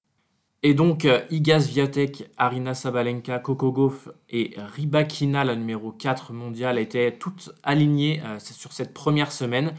Et donc, euh, Iga Swiatek, Aryna Sabalenka, Coco Gauff et Rybakina, la numéro quatre mondiale, étaient toutes alignées euh, sur cette première semaine.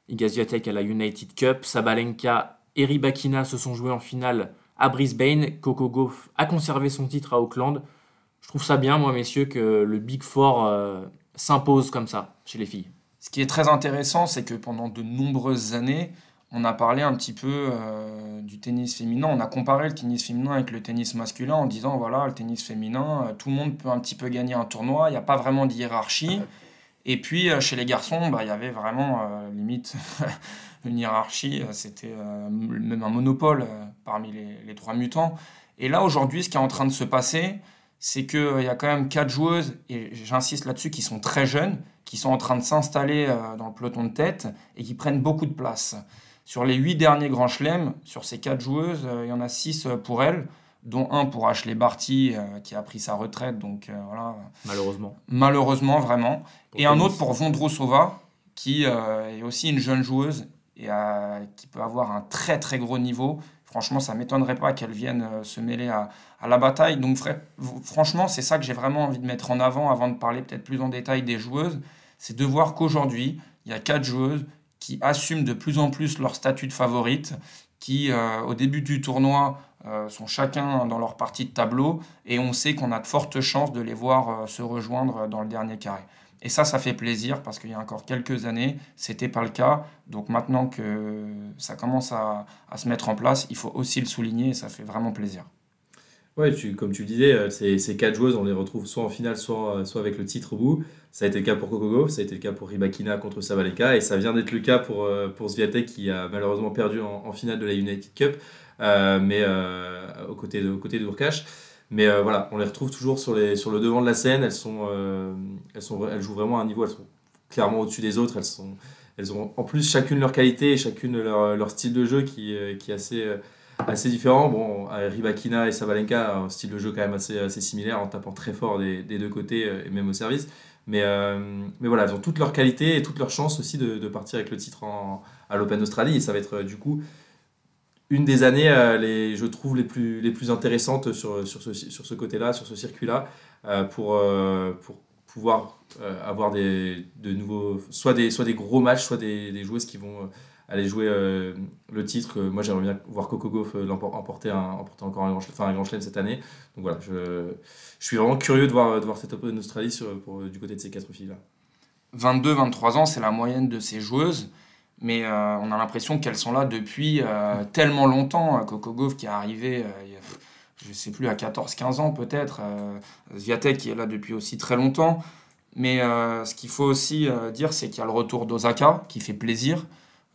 Iga Swiatek à la United Cup, Sabalenka et Rybakina se sont joués en finale à Brisbane, Coco Gauff a conservé son titre à Auckland. Je trouve ça bien, moi, messieurs, que le Big Four euh, s'impose comme ça chez les filles. Ce qui est très intéressant, c'est que pendant de nombreuses années, on a parlé un petit peu euh, du tennis féminin. On a comparé le tennis féminin avec le tennis masculin en disant, voilà, le tennis féminin, euh, tout le monde peut un petit peu gagner un tournoi, il n'y a pas vraiment de hiérarchie. Et puis, euh, chez les garçons, bah, il y avait vraiment, euh, limite, une hiérarchie. euh, C'était euh, même un monopole euh, parmi les, les trois mutants. Et là, aujourd'hui, ce qui est en train de se passer, c'est qu'il y a quand même quatre joueuses, et j'insiste là-dessus, qui sont très jeunes, qui sont en train de s'installer euh, dans le peloton de tête et qui prennent beaucoup de place. Sur les huit derniers grands chelems, sur ces quatre joueuses, euh, il y en a six euh, pour elles, dont un pour Ashley Barty, euh, qui a pris sa retraite, donc euh, voilà, Malheureusement. malheureusement vraiment. Pour Et un tennis. autre pour Vondrousova, qui euh, est aussi une jeune joueuse et euh, qui peut avoir un très très gros niveau. Franchement, ça ne m'étonnerait pas qu'elle vienne euh, se mêler à, à la bataille. Donc fra- franchement, c'est ça que j'ai vraiment envie de mettre en avant avant de parler peut-être plus en détail des joueuses. C'est de voir qu'aujourd'hui, il y a quatre joueuses qui assument de plus en plus leur statut de favorite, qui euh, au début du tournoi euh, sont chacun dans leur partie de tableau, et on sait qu'on a de fortes chances de les voir euh, se rejoindre dans le dernier carré. Et ça, ça fait plaisir parce qu'il y a encore quelques années, c'était pas le cas. Donc maintenant que ça commence à, à se mettre en place, il faut aussi le souligner et ça fait vraiment plaisir. Ouais, tu, comme tu le disais, euh, ces, ces quatre joueuses, on les retrouve soit en finale, soit, euh, soit avec le titre au bout. Ça a été le cas pour Coco Gauff, ça a été le cas pour Rybakina contre Sabalenka, et ça vient d'être le cas pour, euh, pour Swiatek qui a malheureusement perdu en, en finale de la United Cup, euh, mais euh, aux côtés de, aux côtés de Hurkacz. Mais euh, voilà, on les retrouve toujours sur, les, sur le devant de la scène. Elles, sont, euh, elles, sont, elles jouent vraiment à un niveau, elles sont clairement au-dessus des autres. Elles, sont, elles ont en plus chacune leur qualité et chacune leur, leur style de jeu qui, euh, qui est assez, euh, assez différent. Bon, Rybakina et Sabalenka ont un style de jeu quand même assez, assez similaire en tapant très fort des, des deux côtés euh, et même au service. Mais, euh, mais voilà, elles ont toutes leurs qualités et toutes leurs chances aussi de, de partir avec le titre en, à l'Open d'Australie. Et ça va être euh, du coup une des années, euh, les, je trouve, les plus, les plus intéressantes sur, sur ce, sur ce côté-là, sur ce circuit-là, euh, pour, euh, pour pouvoir euh, avoir des, de nouveaux, soit des, soit des gros matchs, soit des, des joueuses qui vont aller jouer euh, le titre. Moi, j'aimerais bien voir Coco Gauff emporter, un, emporter encore un grand, enfin, un grand chelem cette année. Donc voilà, je, je suis vraiment curieux de voir, de voir cette Open d'Australie sur, pour, du côté de ces quatre filles-là. vingt-deux vingt-trois ans, c'est la moyenne de ces joueuses. Mais euh, on a l'impression qu'elles sont là depuis euh, tellement longtemps. Coco Gauff qui est arrivé, euh, il y a, je ne sais plus, à quatorze quinze ans peut-être. Euh, Swiatek qui est là depuis aussi très longtemps. Mais euh, ce qu'il faut aussi euh, dire, c'est qu'il y a le retour d'Osaka qui fait plaisir.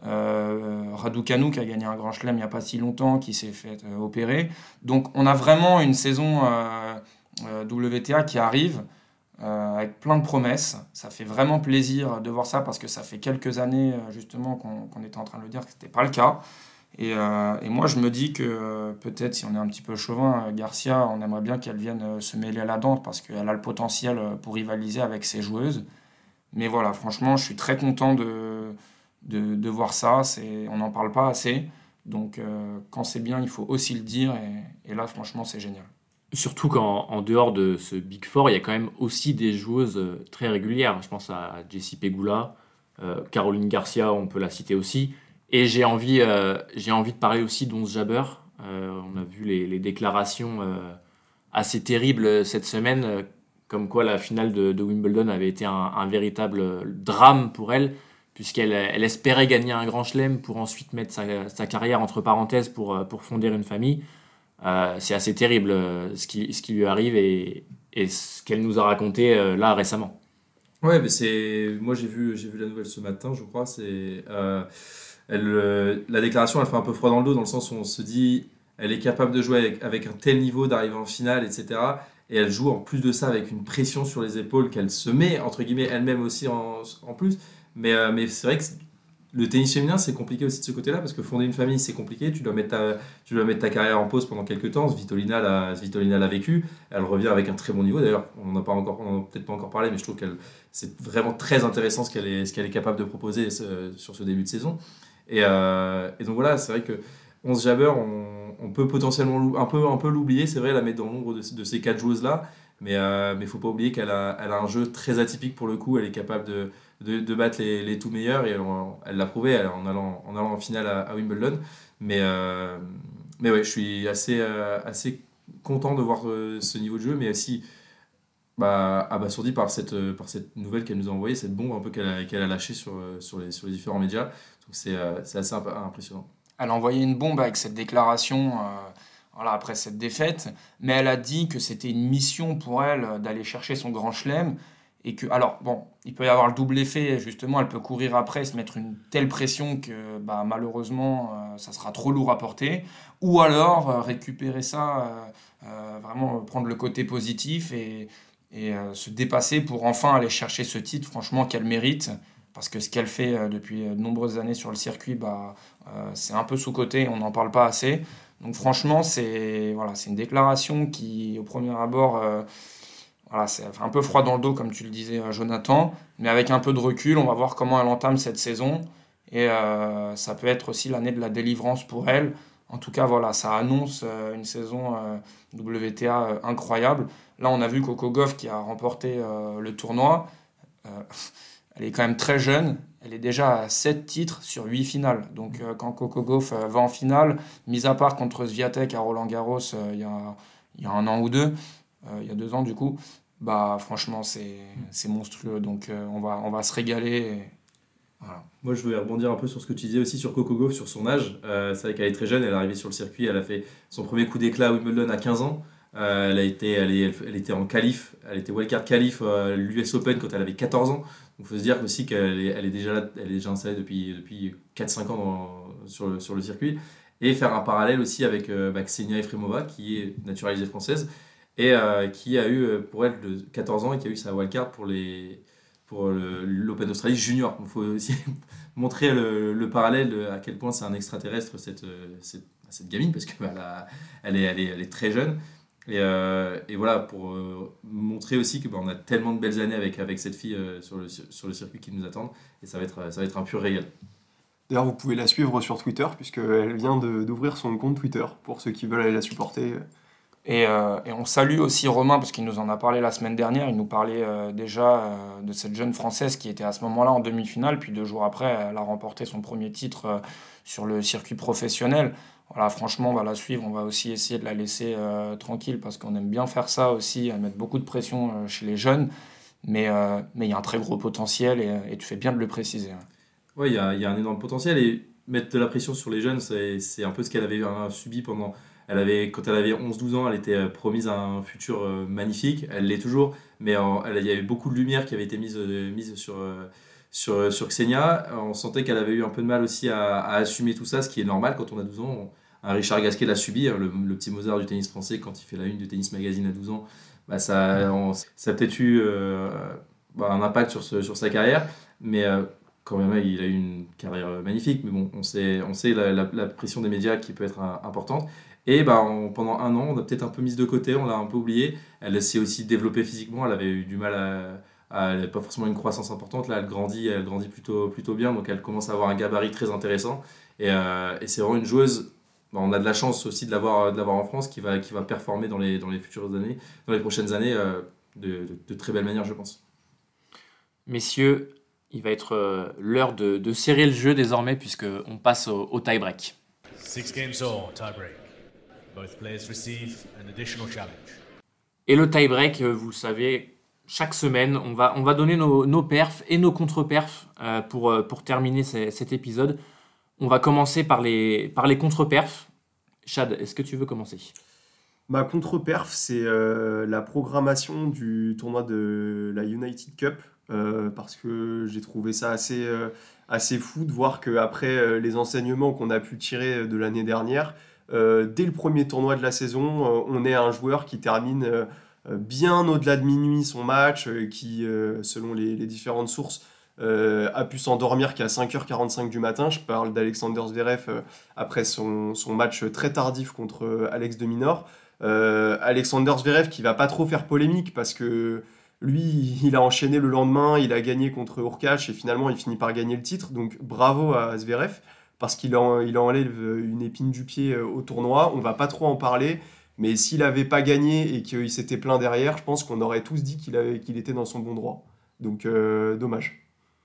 Euh, Raducanu qui a gagné un grand chelem il n'y a pas si longtemps, qui s'est fait euh, opérer. Donc on a vraiment une saison euh, euh, W T A qui arrive. Euh, avec plein de promesses. Ça fait vraiment plaisir de voir ça parce que ça fait quelques années euh, justement qu'on qu'on était en train de le dire que ce n'était pas le cas. Et, euh, et moi je me dis que euh, peut-être si on est un petit peu chauvin, euh, Garcia, on aimerait bien qu'elle vienne euh, se mêler à la danse parce qu'elle a le potentiel euh, pour rivaliser avec ses joueuses. Mais voilà, franchement, je suis très content de, de, de voir ça. C'est, on n'en parle pas assez. Donc euh, quand c'est bien, il faut aussi le dire. Et, et là, franchement, c'est génial. Surtout qu'en en dehors de ce Big Four, il y a quand même aussi des joueuses euh, très régulières. Je pense à Jessie Pegula, euh, Caroline Garcia, on peut la citer aussi. Et j'ai envie, euh, j'ai envie de parler aussi d'Ons Jabeur. Euh, on a vu les, les déclarations euh, assez terribles cette semaine, euh, comme quoi la finale de, de Wimbledon avait été un, un véritable drame pour elle, puisqu'elle elle espérait gagner un grand chelem pour ensuite mettre sa, sa carrière entre parenthèses pour, pour fonder une famille. Euh, c'est assez terrible euh, ce, qui, ce qui lui arrive et, et ce qu'elle nous a raconté euh, là récemment. Ouais, mais c'est moi j'ai vu j'ai vu la nouvelle ce matin, je crois. C'est euh, elle euh, la déclaration, elle fait un peu froid dans le dos dans le sens où on se dit elle est capable de jouer avec, avec un tel niveau, d'arriver en finale, et cetera. Et elle joue en plus de ça avec une pression sur les épaules qu'elle se met entre guillemets elle-même aussi en, en plus. Mais euh, mais c'est vrai que le tennis féminin, c'est compliqué aussi de ce côté-là, parce que fonder une famille, c'est compliqué. Tu dois mettre ta, tu dois mettre ta carrière en pause pendant quelques temps. Svitolina l'a, Svitolina l'a vécu. Elle revient avec un très bon niveau. D'ailleurs, on n'en a pas encore, on en a peut-être pas encore parlé, mais je trouve qu'elle, c'est vraiment très intéressant ce qu'elle est, ce qu'elle est capable de proposer ce, sur ce début de saison. Et, euh, et donc voilà, c'est vrai que Ons Jabeur, on, on peut potentiellement un peu, un peu l'oublier, c'est vrai, la mettre dans l'ombre de, de ces quatre joueuses-là, mais il euh, ne faut pas oublier qu'elle a, elle a un jeu très atypique pour le coup, elle est capable de, de, de battre les, les tout meilleurs, et elle, elle l'a prouvé elle, en, allant, en allant en finale à, à Wimbledon. Mais, euh, mais ouais, je suis assez, euh, assez content de voir euh, ce niveau de jeu, mais aussi bah, abasourdi par cette, par cette nouvelle qu'elle nous a envoyée, cette bombe un peu qu'elle a, qu'elle a lâchée sur, sur, les, sur les différents médias. Donc c'est, euh, c'est assez imp- impressionnant. Elle a envoyé une bombe avec cette déclaration euh, voilà, après cette défaite, mais elle a dit que c'était une mission pour elle euh, d'aller chercher son grand chelem. Et que, alors, bon, il peut y avoir le double effet, justement, elle peut courir après, se mettre une telle pression que bah, malheureusement, euh, ça sera trop lourd à porter. Ou alors euh, récupérer ça, euh, euh, vraiment prendre le côté positif et, et euh, se dépasser pour enfin aller chercher ce titre, franchement, qu'elle mérite. Parce que ce qu'elle fait euh, depuis de nombreuses années sur le circuit, bah, euh, c'est un peu sous-coté, on n'en parle pas assez. Donc franchement, c'est voilà, c'est une déclaration qui, au premier abord, euh, voilà, c'est un peu froid dans le dos, comme tu le disais, euh, Jonathan. Mais avec un peu de recul, on va voir comment elle entame cette saison. Et euh, ça peut être aussi l'année de la délivrance pour elle. En tout cas, voilà, ça annonce euh, une saison euh, W T A euh, incroyable. Là, on a vu Coco Gauff qui a remporté euh, le tournoi. Euh, Elle est quand même très jeune. Elle est déjà à sept titres sur huit finales. Donc euh, quand Coco Gauff euh, va en finale, mis à part contre Swiatek à Roland-Garros euh, il y a, il y a un an ou deux, euh, il y a deux ans du coup, bah franchement c'est, c'est monstrueux. Donc euh, on, va, on va se régaler. Et voilà. Moi, je voulais rebondir un peu sur ce que tu disais aussi sur Coco Gauff, sur son âge. Euh, c'est vrai qu'elle est très jeune, elle est arrivée sur le circuit, elle a fait son premier coup d'éclat à Wimbledon à quinze ans. Euh, elle, a été, elle, est- elle était en qualif, elle était wildcard qualif à l'U S Open quand elle avait quatorze ans. Donc il faut se dire aussi qu'elle est, elle est déjà là, elle est déjà installée depuis, depuis quatre cinq ans dans- sur, le, sur le circuit. Et faire un parallèle aussi avec euh, bah, Ksenia Efremova, qui est naturalisée française, et euh, qui a eu euh, pour elle de quatorze ans et qui a eu sa wildcard pour les pour le- l'Open d'Australie junior. Il faut aussi montrer le, le parallèle de à quel point c'est un extraterrestre cette, euh, cette, cette gamine, parce qu'elle a- elle, est, elle, est, elle est très jeune. Et, euh, et voilà, pour euh, montrer aussi qu'on a tellement de belles années avec, avec cette fille euh, sur, le, sur le circuit qui nous attendent. Et ça va être, ça va être un pur régal. D'ailleurs, vous pouvez la suivre sur Twitter, puisqu'elle vient de- d'ouvrir son compte Twitter, pour ceux qui veulent aller la supporter. Et, euh, et on salue aussi Romain, parce qu'il nous en a parlé la semaine dernière. Il nous parlait euh, déjà euh, de cette jeune Française qui était à ce moment-là en demi-finale. Puis deux jours après, elle a remporté son premier titre euh, sur le circuit professionnel. Voilà, franchement, on va la suivre. On va aussi essayer de la laisser euh, tranquille, parce qu'on aime bien faire ça aussi, à mettre beaucoup de pression euh, chez les jeunes. Mais euh, mais il y a un très gros potentiel, et, et tu fais bien de le préciser. Hein. Ouais, il y a, il y a un énorme potentiel et mettre de la pression sur les jeunes, c'est, c'est un peu ce qu'elle avait euh, subi pendant. Elle avait, quand elle avait onze douze ans, elle était euh, promise à un futur euh, magnifique. Elle l'est toujours, mais en- elle- il y avait beaucoup de lumière qui avait été mise, euh, mise sur, euh, sur, euh, sur Xenia. On sentait qu'elle avait eu un peu de mal aussi à, à assumer tout ça, ce qui est normal quand on a douze ans. On- un Richard Gasquet l'a subi, hein, le, le petit Mozart du tennis français, quand il fait la une du Tennis Magazine à douze ans. Bah ça, on- ça a peut-être eu euh, bah, un impact sur, ce- sur sa carrière, mais euh, quand même, il a eu une carrière magnifique, mais bon, on sait, on sait la, la- la pression des médias qui peut être euh, importante. Et bah, on- pendant un an, on a peut-être un peu mise de côté, on l'a un peu oublié. Elle s'est aussi développée physiquement, elle avait eu du mal à. à- elle n'avait pas forcément une croissance importante. Là, elle grandit, elle grandit plutôt, plutôt bien, donc elle commence à avoir un gabarit très intéressant. Et, euh, et c'est vraiment une joueuse. Bah, on a de la chance aussi de l'avoir, de l'avoir en France, qui va, qui va performer dans les, dans les futures années, dans les prochaines années, euh, de, de, de très belle manière, je pense. Messieurs, il va être euh, l'heure de, de serrer le jeu désormais, puisqu'on passe au, au tie-break. Six games all, tie-break. Both players receive an additional challenge. Et le tie-break, euh, vous le savez, chaque semaine, on va, on va donner nos, nos perfs et nos contre-perfs euh, pour, euh, pour terminer ce- cet épisode. On va commencer par les, par les contre-perfs. Chad, est-ce que tu veux commencer? Ma contre-perf, c'est euh, la programmation du tournoi de la United Cup, euh, parce que j'ai trouvé ça assez, euh, assez fou de voir qu'après euh, les enseignements qu'on a pu tirer de l'année dernière, euh, dès le premier tournoi de la saison, euh, on est un joueur qui termine euh, euh, bien au-delà de minuit son match, euh, qui, euh, selon les, les différentes sources, euh, a pu s'endormir qu'à cinq heures quarante-cinq du matin. Je parle d'Alexander Zverev euh, après son, son match très tardif contre euh, Alex de Minaur. Euh, Alexander Zverev qui va pas trop faire polémique parce que lui, il a enchaîné le lendemain, il a gagné contre Hurkacz et finalement il finit par gagner le titre. Donc bravo à Zverev. parce qu'il en, il enlève une épine du pied au tournoi. On va pas trop en parler, mais s'il avait pas gagné et qu'il s'était plaint derrière, je pense qu'on aurait tous dit qu'il, avait, qu'il était dans son bon droit. Donc, euh, dommage.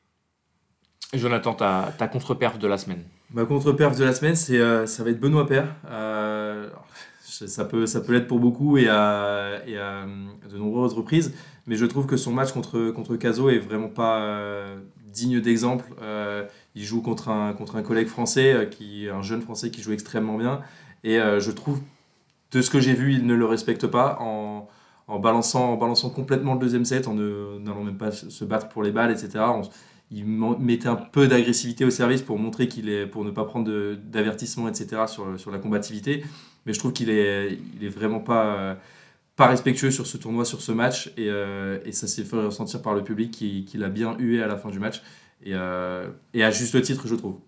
Jonathan, ta, ta contre-perf de la semaine. Ma contre-perf de la semaine, c'est, euh, ça va être Benoît Paire. Euh, ça peut, ça peut l'être pour beaucoup et à, et à de nombreuses reprises, mais je trouve que son match contre, contre Cazaux est vraiment pas euh, digne d'exemple. Euh, il joue contre un, contre un collègue français, euh, qui, un jeune français qui joue extrêmement bien, et euh, je trouve, de ce que j'ai vu, il ne le respecte pas en, en, balançant, en balançant complètement le deuxième set, en ne- n'allant même pas se battre pour les balles, et cetera. On- il man- mettait un peu d'agressivité au service pour montrer qu'il est, pour ne pas prendre de- d'avertissement, et cetera sur, sur la combativité. Mais je trouve qu'il est, il est vraiment pas, euh, pas respectueux sur ce tournoi, sur ce match, et, euh, et ça s'est fait ressentir par le public qui, qui l'a bien hué à la fin du match, et, euh, et à juste titre, je trouve.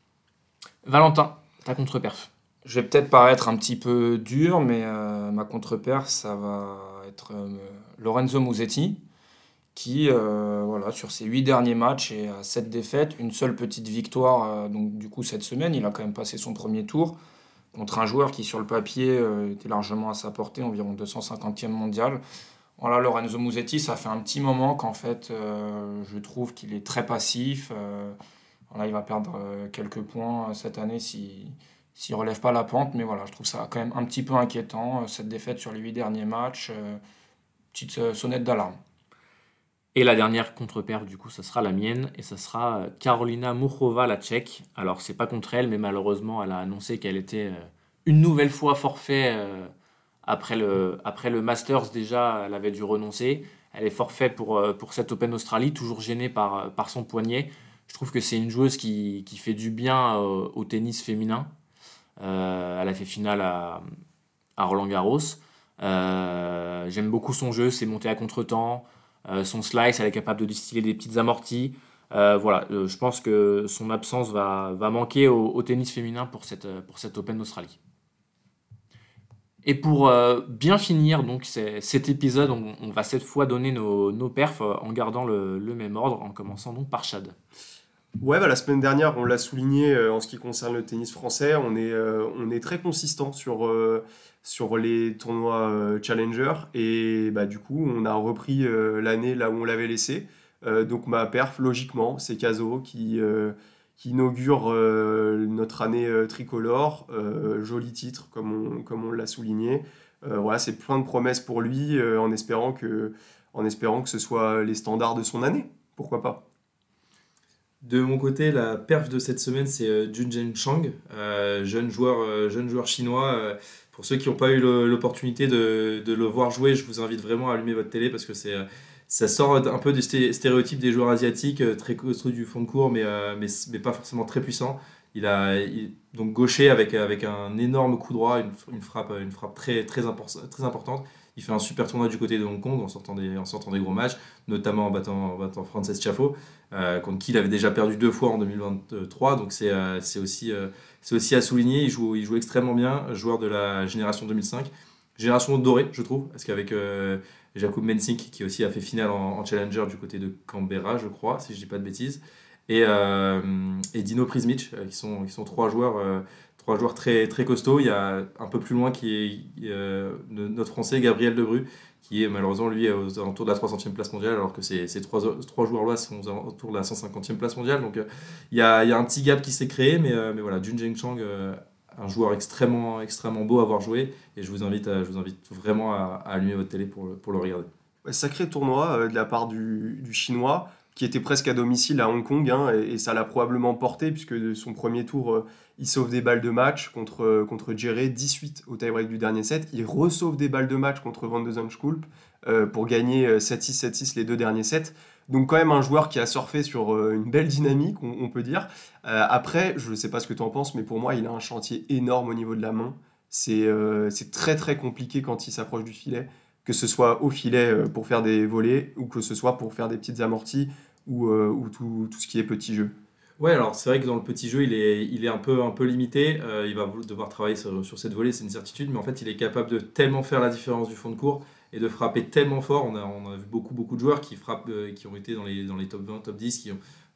Valentin, ta contre-perf. Je vais peut-être paraître un petit peu dur, mais euh, ma contre-perf, ça va être euh, Lorenzo Musetti, qui, euh, voilà, sur ses huit derniers matchs et à sept défaites, une seule petite victoire, euh, donc du coup cette semaine, il a quand même passé son premier tour contre un joueur qui sur le papier euh, était largement à sa portée, environ deux cent cinquantième mondial. Voilà, Lorenzo Musetti, ça fait un petit moment qu'en fait, euh, je trouve qu'il est très passif. euh, voilà, il va perdre euh, quelques points euh, cette année si, s'il ne relève pas la pente, mais voilà, je trouve ça quand même un petit peu inquiétant, euh, cette défaite sur les huit derniers matchs. euh, petite euh, sonnette d'alarme. Et la dernière contre-perf, du coup, ça sera la mienne, et ça sera euh, Karolina Muchova, la Tchèque. Alors, c'est pas contre elle, mais malheureusement, elle a annoncé qu'elle était euh, une nouvelle fois forfait euh, après le, après le Masters. Déjà, elle avait dû renoncer. Elle est forfait pour, euh, pour cette Open Australie, toujours gênée par, euh, par son poignet. Je trouve que c'est une joueuse qui, qui fait du bien euh, au tennis féminin. Euh, elle a fait finale à, à Roland-Garros. Euh, j'aime beaucoup son jeu, c'est monté à contre-temps. Euh, son slice, elle est capable de distiller des petites amorties. Euh, voilà, euh, je pense que son absence va, va manquer au, au tennis féminin pour cette, euh, pour cette Open d'Australie. Et pour euh, bien finir donc c'est- cet épisode, on, on va cette fois donner nos, nos perfs euh, en gardant le, le même ordre, en commençant donc par Chad. Ouais, bah, la semaine dernière, on l'a souligné euh, en ce qui concerne le tennis français, on est, euh, on est très consistant sur, euh, sur les tournois euh, Challenger et bah, du coup, on a repris euh, l'année là où on l'avait laissé. Euh, donc ma perf, logiquement, c'est Caso qui, euh, qui inaugure euh, notre année euh, tricolore. Euh, joli titre, comme on, comme on l'a souligné. Euh, voilà, c'est plein de promesses pour lui euh, en espérant que, en espérant que ce soit les standards de son année. Pourquoi pas? De mon côté, la perf de cette semaine, c'est euh, Junjin Chang, euh, jeune joueur, euh, jeune joueur chinois. Euh, pour ceux qui n'ont pas eu le- l'opportunité de, de le voir jouer, je vous invite vraiment à allumer votre télé parce que c'est, euh, ça sort un peu du sté- stéréotype des joueurs asiatiques, euh, très costauds du fond de cours, mais, euh, mais, mais pas forcément très puissant. Il a il- donc gaucher avec, avec un énorme coup droit, une, une frappe, une frappe très, très, impor- très importante. Il fait un super tournoi du côté de Hong Kong en sortant des, en sortant des gros matchs, notamment en battant, en battant Frances Tiafoe, euh, contre qui il avait déjà perdu deux fois en deux mille vingt-trois. Donc c'est euh, c'est aussi, euh, c'est aussi à souligner. Il joue, il joue extrêmement bien, joueur de la génération deux mille cinq. Génération dorée, je trouve, parce qu'avec euh, Jakub Mensink, qui aussi a fait finale en, en Challenger du côté de Canberra, je crois, si je dis pas de bêtises, et, euh, et Dino Prismic, euh, qui, sont, qui sont trois joueurs, euh, trois joueurs très, très costauds. Il y a un peu plus loin qui est euh, notre Français Gabriel Debru, qui est malheureusement lui aux alentours de la trois centième place mondiale, alors que ces, ces trois, trois joueurs-là sont aux alentours de la cent cinquantième place mondiale. Donc euh, il y, a, il y a un petit gap qui s'est créé, mais, euh, mais voilà, Junjin Chang, euh, un joueur extrêmement, extrêmement beau à voir jouer, et je vous invite, à- je vous invite vraiment à, à allumer votre télé pour le, pour le regarder. Ouais, sacré tournoi euh, de la part du, du Chinois, qui était presque à domicile à Hong Kong, hein, et, et ça l'a probablement porté, puisque de son premier tour, euh, il sauve des balles de match contre, euh, contre Djere, dix-huit au tie-break du dernier set. Il ressauve des balles de match contre Van de Zandschulp euh, pour gagner euh, sept six, sept six les deux derniers sets. Donc quand même un joueur qui a surfé sur euh, une belle dynamique, on, on peut dire. Euh, après, je ne sais pas ce que tu en penses, mais pour moi, il a un chantier énorme au niveau de la main. C'est euh, c'est très très compliqué quand il s'approche du filet, que ce soit au filet euh, pour faire des volées ou que ce soit pour faire des petites amorties ou, euh, ou tout, tout ce qui est petit jeu. Ouais, alors c'est vrai que dans le petit jeu, il est, il est un peu, un peu limité. Euh, il va devoir travailler sur, sur cette volée, c'est une certitude. Mais en fait, il est capable de tellement faire la différence du fond de cours et de frapper tellement fort. On a, on a vu beaucoup, beaucoup de joueurs qui frappent, euh, qui ont été dans les, dans les top vingt, top dix, qui ont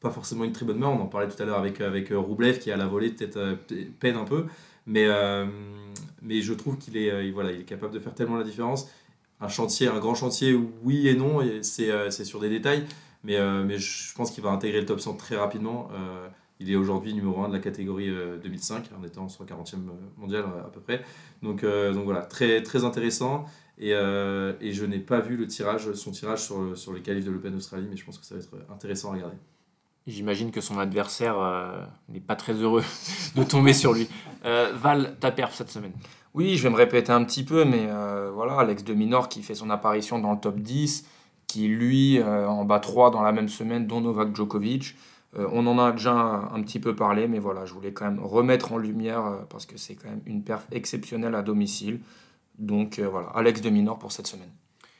pas forcément une très bonne main. On en parlait tout à l'heure avec, avec Roublev qui à la volée peut-être euh, peine un peu. Mais, euh, mais je trouve qu'il est, euh, voilà, il est capable de faire tellement la différence. Un chantier, un grand chantier, oui et non, et c'est, euh, c'est sur des détails. Mais, euh, mais je pense qu'il va intégrer le top cent très rapidement. Euh, il est aujourd'hui numéro un de la catégorie euh, deux mille cinq, en étant cent quarantième mondial à peu près. Donc, euh, donc voilà, très, très intéressant. Et, euh, et je n'ai pas vu le tirage, son tirage sur, sur les qualifs de l'Open d'Australie, mais je pense que ça va être intéressant à regarder. J'imagine que son adversaire euh, n'est pas très heureux de tomber sur lui. Euh, Val, ta perf cette semaine? Oui, je vais me répéter un petit peu, mais euh, voilà, Alex de Minaur qui fait son apparition dans le top dix, qui lui euh, en bat trois dans la même semaine, dont Novak Djokovic. Euh, on en a déjà un, un petit peu parlé, mais voilà, je voulais quand même remettre en lumière euh, parce que c'est quand même une perf exceptionnelle à domicile. Donc euh, voilà, Alex de Minaur pour cette semaine.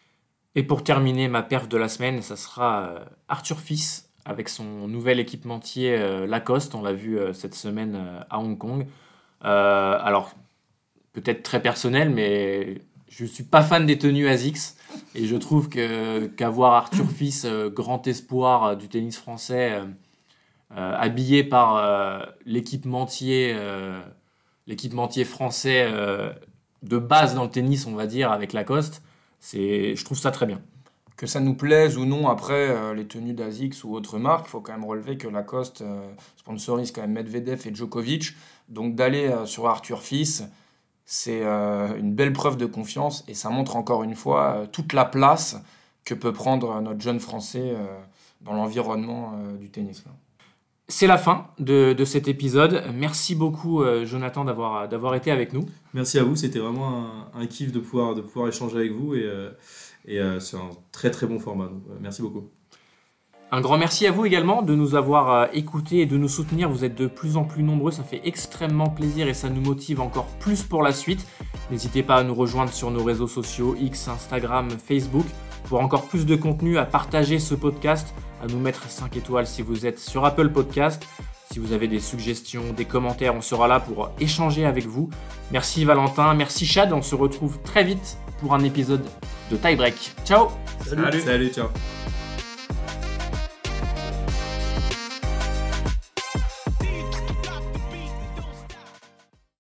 Et pour terminer ma perf de la semaine, ça sera euh, Arthur Fils avec son nouvel équipementier euh, Lacoste. On l'a vu euh, cette semaine euh, à Hong Kong. Euh, alors, peut-être très personnel, mais je ne suis pas fan des tenues ASICS. Et je trouve que, qu'avoir Arthur Fils, euh, grand espoir euh, du tennis français, euh, euh, habillé par euh, l'équipementier, euh, l'équipementier français euh, de base dans le tennis, on va dire, avec Lacoste, c'est, je trouve ça très bien. Que ça nous plaise ou non, après, euh, les tenues d'Asics ou autres marques, il faut quand même relever que Lacoste euh, sponsorise quand même Medvedev et Djokovic. Donc d'aller euh, sur Arthur Fils, c'est euh, une belle preuve de confiance et ça montre encore une fois euh, toute la place que peut prendre notre jeune Français euh, dans l'environnement euh, du tennis. Là. C'est la fin de, de cet épisode. Merci beaucoup, euh, Jonathan, d'avoir, d'avoir été avec nous. Merci à vous, c'était vraiment un, un kiff de pouvoir, de pouvoir échanger avec vous et, euh, et euh, c'est un très très bon format. Donc, euh, merci beaucoup. Un grand merci à vous également de nous avoir euh, écoutés et de nous soutenir. Vous êtes de plus en plus nombreux, ça fait extrêmement plaisir et ça nous motive encore plus pour la suite. N'hésitez pas à nous rejoindre sur nos réseaux sociaux, X, Instagram, Facebook, pour encore plus de contenu, à partager ce podcast, à nous mettre cinq étoiles si vous êtes sur Apple Podcast. Si vous avez des suggestions, des commentaires, on sera là pour échanger avec vous. Merci Valentin, merci Chad, on se retrouve très vite pour un épisode de Tie Break. Ciao! Salut, Salut ciao!